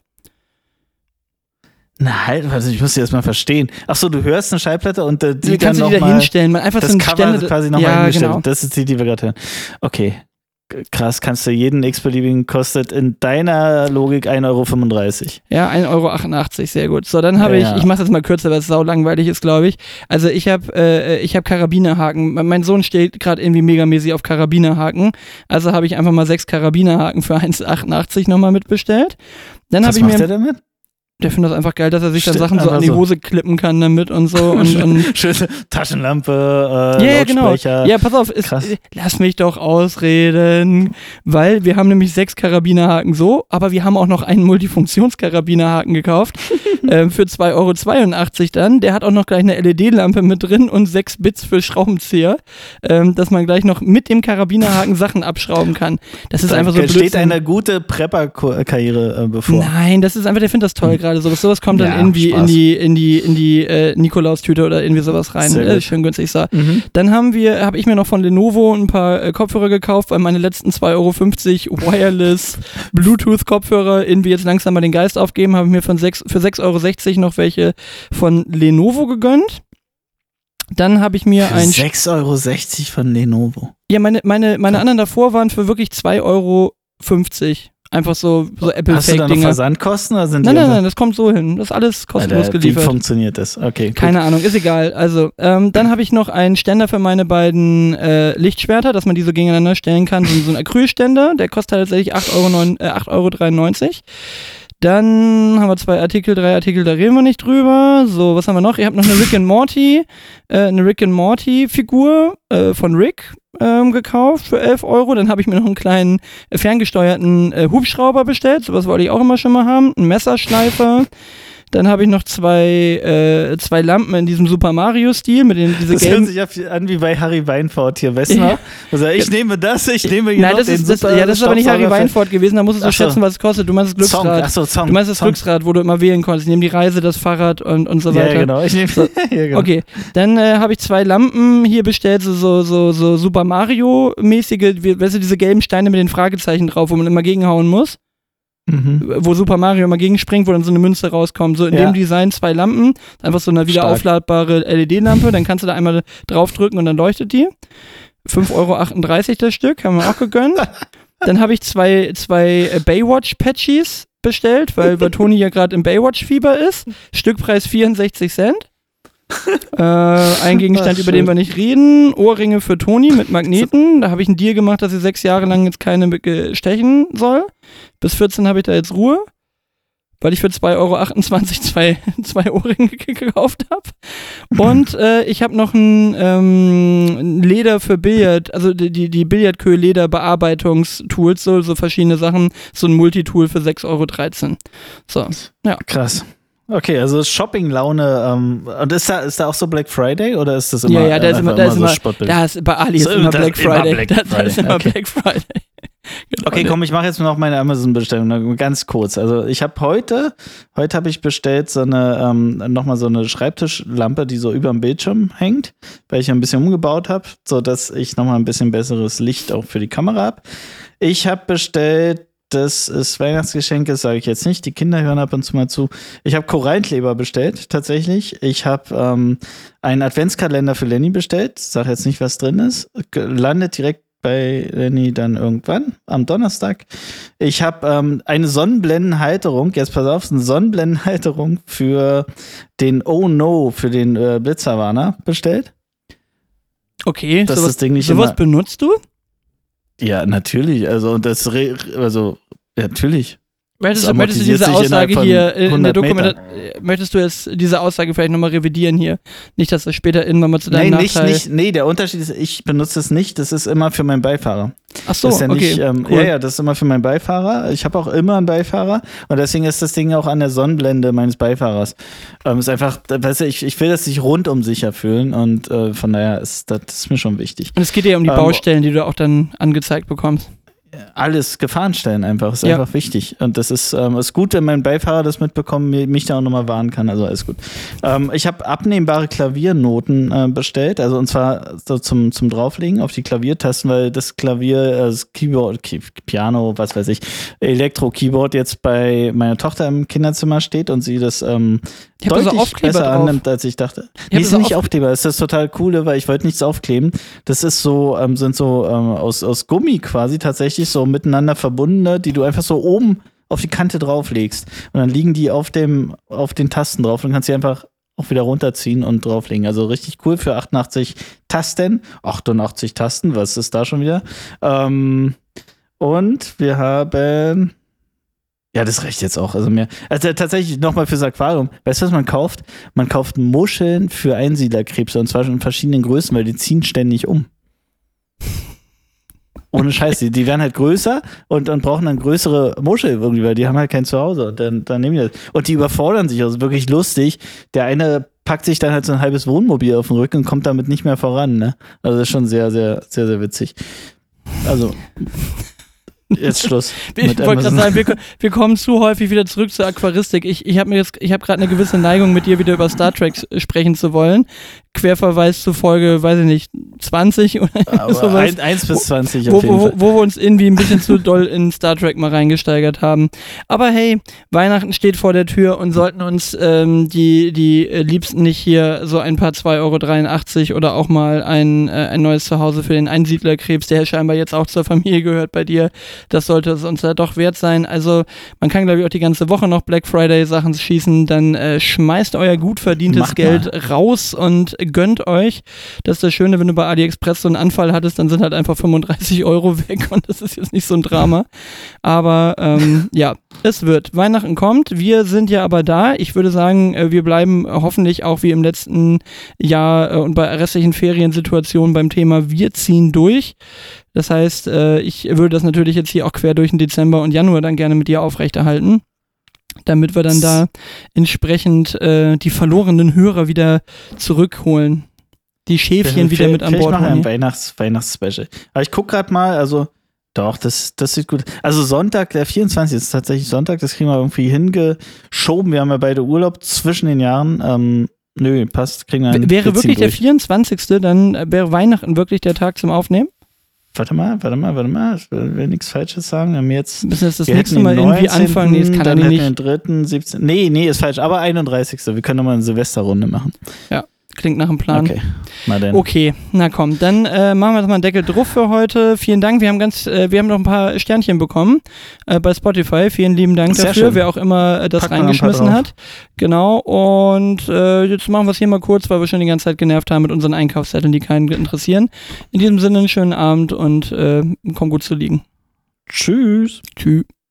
Na halt, ich muss dir das mal verstehen. Achso, du hörst eine Schallplatte und die kannst du wieder hinstellen. Einfach das so ein Cover Ständer, quasi nochmal hingestellt. Genau. Das ist die wir gerade hören. Okay. Krass, kannst du jeden x-beliebigen, kostet in deiner Logik 1,35 €. Ja, 1,88 €, sehr gut. So, dann habe ich mache es jetzt mal kürzer, weil es sau langweilig ist, glaube ich. Also ich habe Karabinerhaken. Mein Sohn steht gerade irgendwie megamäßig auf Karabinerhaken. Also habe ich einfach mal 6 Karabinerhaken für 1,88 € nochmal mitbestellt. Dann Was macht der damit? Der findet das einfach geil, dass er sich dann Sachen so an die Hose klippen kann damit und so. Und schöne Taschenlampe, Lautsprecher. Genau. Ja, pass auf, lass mich doch ausreden, weil wir haben nämlich 6 Karabinerhaken so, aber wir haben auch noch einen Multifunktionskarabinerhaken gekauft für 2,82 € dann. Der hat auch noch gleich eine LED-Lampe mit drin und 6 Bits für Schraubenzieher, dass man gleich noch mit dem Karabinerhaken Sachen abschrauben kann. Das ist einfach so blöd. Steht eine gute Prepper-Karriere bevor. Nein, das ist einfach, der findet das toll gerade. Sowas kommt dann irgendwie in die Nikolaustüte oder irgendwie sowas rein. Schön günstig. So. Dann habe ich mir noch von Lenovo ein paar Kopfhörer gekauft, weil meine letzten 2,50 € Wireless Bluetooth-Kopfhörer irgendwie jetzt langsam mal den Geist aufgeben, habe ich mir für 6,60 € noch welche von Lenovo gegönnt. Dann habe ich mir 6,60 € von Lenovo. Ja, meine anderen davor waren für wirklich 2,50 €. Einfach so Apple-Fake-Dinger. Hast du da noch Versandkosten? Oder sind nein, das kommt so hin. Das ist alles kostenlos geliefert. Wie funktioniert das? Okay, gut. Keine Ahnung, ist egal. Also, dann habe ich noch einen Ständer für meine beiden Lichtschwerter, dass man die so gegeneinander stellen kann. So ein Acrylständer, der kostet tatsächlich 8,93 €. Dann haben wir 3 Artikel, da reden wir nicht drüber. So, was haben wir noch? Ich habe noch eine Rick and Morty Figur von Rick gekauft für 11 €. Dann habe ich mir noch einen kleinen ferngesteuerten Hubschrauber bestellt. Sowas wollte ich auch immer schon mal haben. Ein Messerschleifer. Dann habe ich noch zwei Lampen in diesem Super Mario-Stil mit diese Das hört sich an wie bei Harry Weinfurt hier, weißt du? Also ich nehme das, ich nehme hier Nein, noch das ist aber nicht Harry Weinfurt gewesen, da musst du so schätzen, was es kostet. Du meinst das Glücksrad. Song. Du meinst das Glücksrad, wo du immer wählen konntest. Ich nehme die Reise, das Fahrrad und so weiter. Ja, genau. Genau. Okay, dann habe ich 2 Lampen hier bestellt, so Super Mario-mäßige, weißt du, diese gelben Steine mit den Fragezeichen drauf, wo man immer gegenhauen muss. Wo Super Mario immer gegenspringt, wo dann so eine Münze rauskommt. So in dem Design 2 Lampen, einfach so eine wieder aufladbare LED-Lampe, dann kannst du da einmal draufdrücken und dann leuchtet die. 5,38 € das Stück, haben wir auch gegönnt. Dann habe ich zwei Baywatch-Patchies bestellt, weil Toni ja gerade im Baywatch-Fieber ist. Stückpreis 64 Cent. Ein Gegenstand, über den wir nicht reden. Ohrringe für Toni mit Magneten. Da habe ich einen Deal gemacht, dass sie 6 Jahre lang jetzt keine stechen soll. Bis 14 habe ich da jetzt Ruhe, weil ich für 2,28 € zwei Ohrringe gekauft habe. Und ich habe noch ein Leder für Billard, also die Billardkühl-Leder-Bearbeitungstools, so verschiedene Sachen. So ein Multitool für 6,13 €. So, ja. Krass. Okay, also Shopping-Laune, und ist da auch so Black Friday oder ist das immer? Ja, da ist bei Ali ist immer Black Friday. Da ist immer Black Friday. Genau. Okay, komm, ich mache jetzt noch meine Amazon-Bestellung, ganz kurz. Also ich habe heute habe ich bestellt so eine, nochmal so eine Schreibtischlampe, die so über dem Bildschirm hängt, weil ich ein bisschen umgebaut habe, sodass ich nochmal ein bisschen besseres Licht auch für die Kamera habe. Ich habe bestellt, das ist Weihnachtsgeschenk, das sage ich jetzt nicht. Die Kinder hören ab und zu mal zu. Ich habe Korallenkleber bestellt, tatsächlich. Ich habe einen Adventskalender für Lenny bestellt. Sag jetzt nicht, was drin ist. Landet direkt bei Lenny dann irgendwann am Donnerstag. Ich habe eine Sonnenblendenhalterung, jetzt pass auf, eine Sonnenblendenhalterung für den Oh No, für den Blitzerwarner bestellt. Okay, dass das Ding nicht sowas benutzt du? Ja, natürlich. Also, natürlich. Möchtest du diese Aussage hier in der Dokumentation, möchtest du jetzt diese Aussage vielleicht nochmal revidieren hier? Nicht, dass das später irgendwann mal zu deinem Nachteil... Nee, der Unterschied ist, ich benutze es nicht, das ist immer für meinen Beifahrer. Ach so, das ist ja okay, nicht, cool. Ja, das ist immer für meinen Beifahrer. Ich habe auch immer einen Beifahrer und deswegen ist das Ding auch an der Sonnenblende meines Beifahrers. Ist einfach, weißt du, ich will das sich rundum sicher fühlen und von daher das ist mir schon wichtig. Und es geht ja um die Baustellen, die du auch dann angezeigt bekommst. Alles Gefahrenstellen einfach, ist einfach wichtig. Und das ist gut, wenn mein Beifahrer das mitbekommt, mich da auch nochmal warnen kann, also alles gut. Ich habe abnehmbare Klaviernoten bestellt, also und zwar so zum Drauflegen auf die Klaviertasten, weil das Klavier, das Keyboard, Piano, was weiß ich, Elektro-Keyboard jetzt bei meiner Tochter im Kinderzimmer steht und sie das deutlich besser annimmt, als ich dachte. Nee, ist nicht Aufkleber, das ist das total coole, weil ich wollte nichts aufkleben. Das ist so, sind so aus Gummi quasi tatsächlich so miteinander verbundene, die du einfach so oben auf die Kante drauflegst. Und dann liegen die auf den Tasten drauf und kannst sie einfach auch wieder runterziehen und drauflegen. Also richtig cool für 88 Tasten. 88 Tasten, was ist da schon wieder? Und wir haben... Ja, das reicht jetzt auch. Also tatsächlich nochmal fürs Aquarium. Weißt du, was man kauft? Man kauft Muscheln für Einsiedlerkrebse und zwar schon in verschiedenen Größen, weil die ziehen ständig um. Ohne Scheiß, die werden halt größer und brauchen dann größere Muschel irgendwie, weil die haben halt kein Zuhause. Und dann nehmen die das. Und die überfordern sich, also wirklich lustig. Der eine packt sich dann halt so ein halbes Wohnmobil auf den Rücken und kommt damit nicht mehr voran, ne? Also das ist schon sehr, sehr, sehr, sehr witzig. Also... Jetzt Schluss. Ich wollte gerade sagen, wir kommen zu häufig wieder zurück zur Aquaristik. Ich habe gerade eine gewisse Neigung, mit dir wieder über Star Trek sprechen zu wollen. Querverweis zu Folge, weiß ich nicht, 20 oder sowas. 1 bis 20 auf jeden Fall. Wo wir uns irgendwie ein bisschen zu doll in Star Trek mal reingesteigert haben. Aber hey, Weihnachten steht vor der Tür und sollten uns die Liebsten nicht hier so ein paar 2,83 € oder auch mal ein neues Zuhause für den Einsiedlerkrebs, der scheinbar jetzt auch zur Familie gehört bei dir. Das sollte es uns ja doch wert sein. Also man kann, glaube ich, auch die ganze Woche noch Black Friday Sachen schießen. Dann schmeißt euer gut verdientes Geld raus und gönnt euch. Das ist das Schöne, wenn du bei AliExpress so einen Anfall hattest, dann sind halt einfach 35 € weg und das ist jetzt nicht so ein Drama. Aber ja, es wird. Weihnachten kommt. Wir sind ja aber da. Ich würde sagen, wir bleiben hoffentlich auch wie im letzten Jahr und bei restlichen Feriensituationen beim Thema wir ziehen durch. Das heißt, ich würde das natürlich jetzt hier auch quer durch den Dezember und Januar dann gerne mit dir aufrechterhalten, damit wir dann da entsprechend die verlorenen Hörer wieder zurückholen. Die Schäfchen wieder mit an Bord holen. Ich mache ein Weihnachts-Special. Aber ich gucke gerade mal, also doch, das sieht gut. Also Sonntag, der 24. ist tatsächlich Sonntag, das kriegen wir irgendwie hingeschoben. Wir haben ja beide Urlaub zwischen den Jahren. Nö, passt, kriegen wir Wäre wirklich der 24., dann wäre Weihnachten wirklich der Tag zum Aufnehmen? Warte mal, ich will nichts Falsches sagen. Wir haben jetzt. Müssen wir das nächste Mal irgendwie anfangen? Nee, das kann dann nicht. Den 3., 17. Nee, ist falsch, aber 31. Wir können nochmal eine Silvesterrunde machen. Ja, klingt nach einem Plan. Okay, mal denn. Okay, na komm, dann machen wir jetzt mal einen Deckel drauf für heute. Vielen Dank, wir haben noch ein paar Sternchen bekommen bei Spotify. Vielen lieben Dank Sehr dafür, schön. Wer auch immer das reingeschmissen hat. Genau, und jetzt machen wir es hier mal kurz, weil wir schon die ganze Zeit genervt haben mit unseren Einkaufszetteln, die keinen interessieren. In diesem Sinne einen schönen Abend und komm gut zu liegen. Tschüss. Tschüss.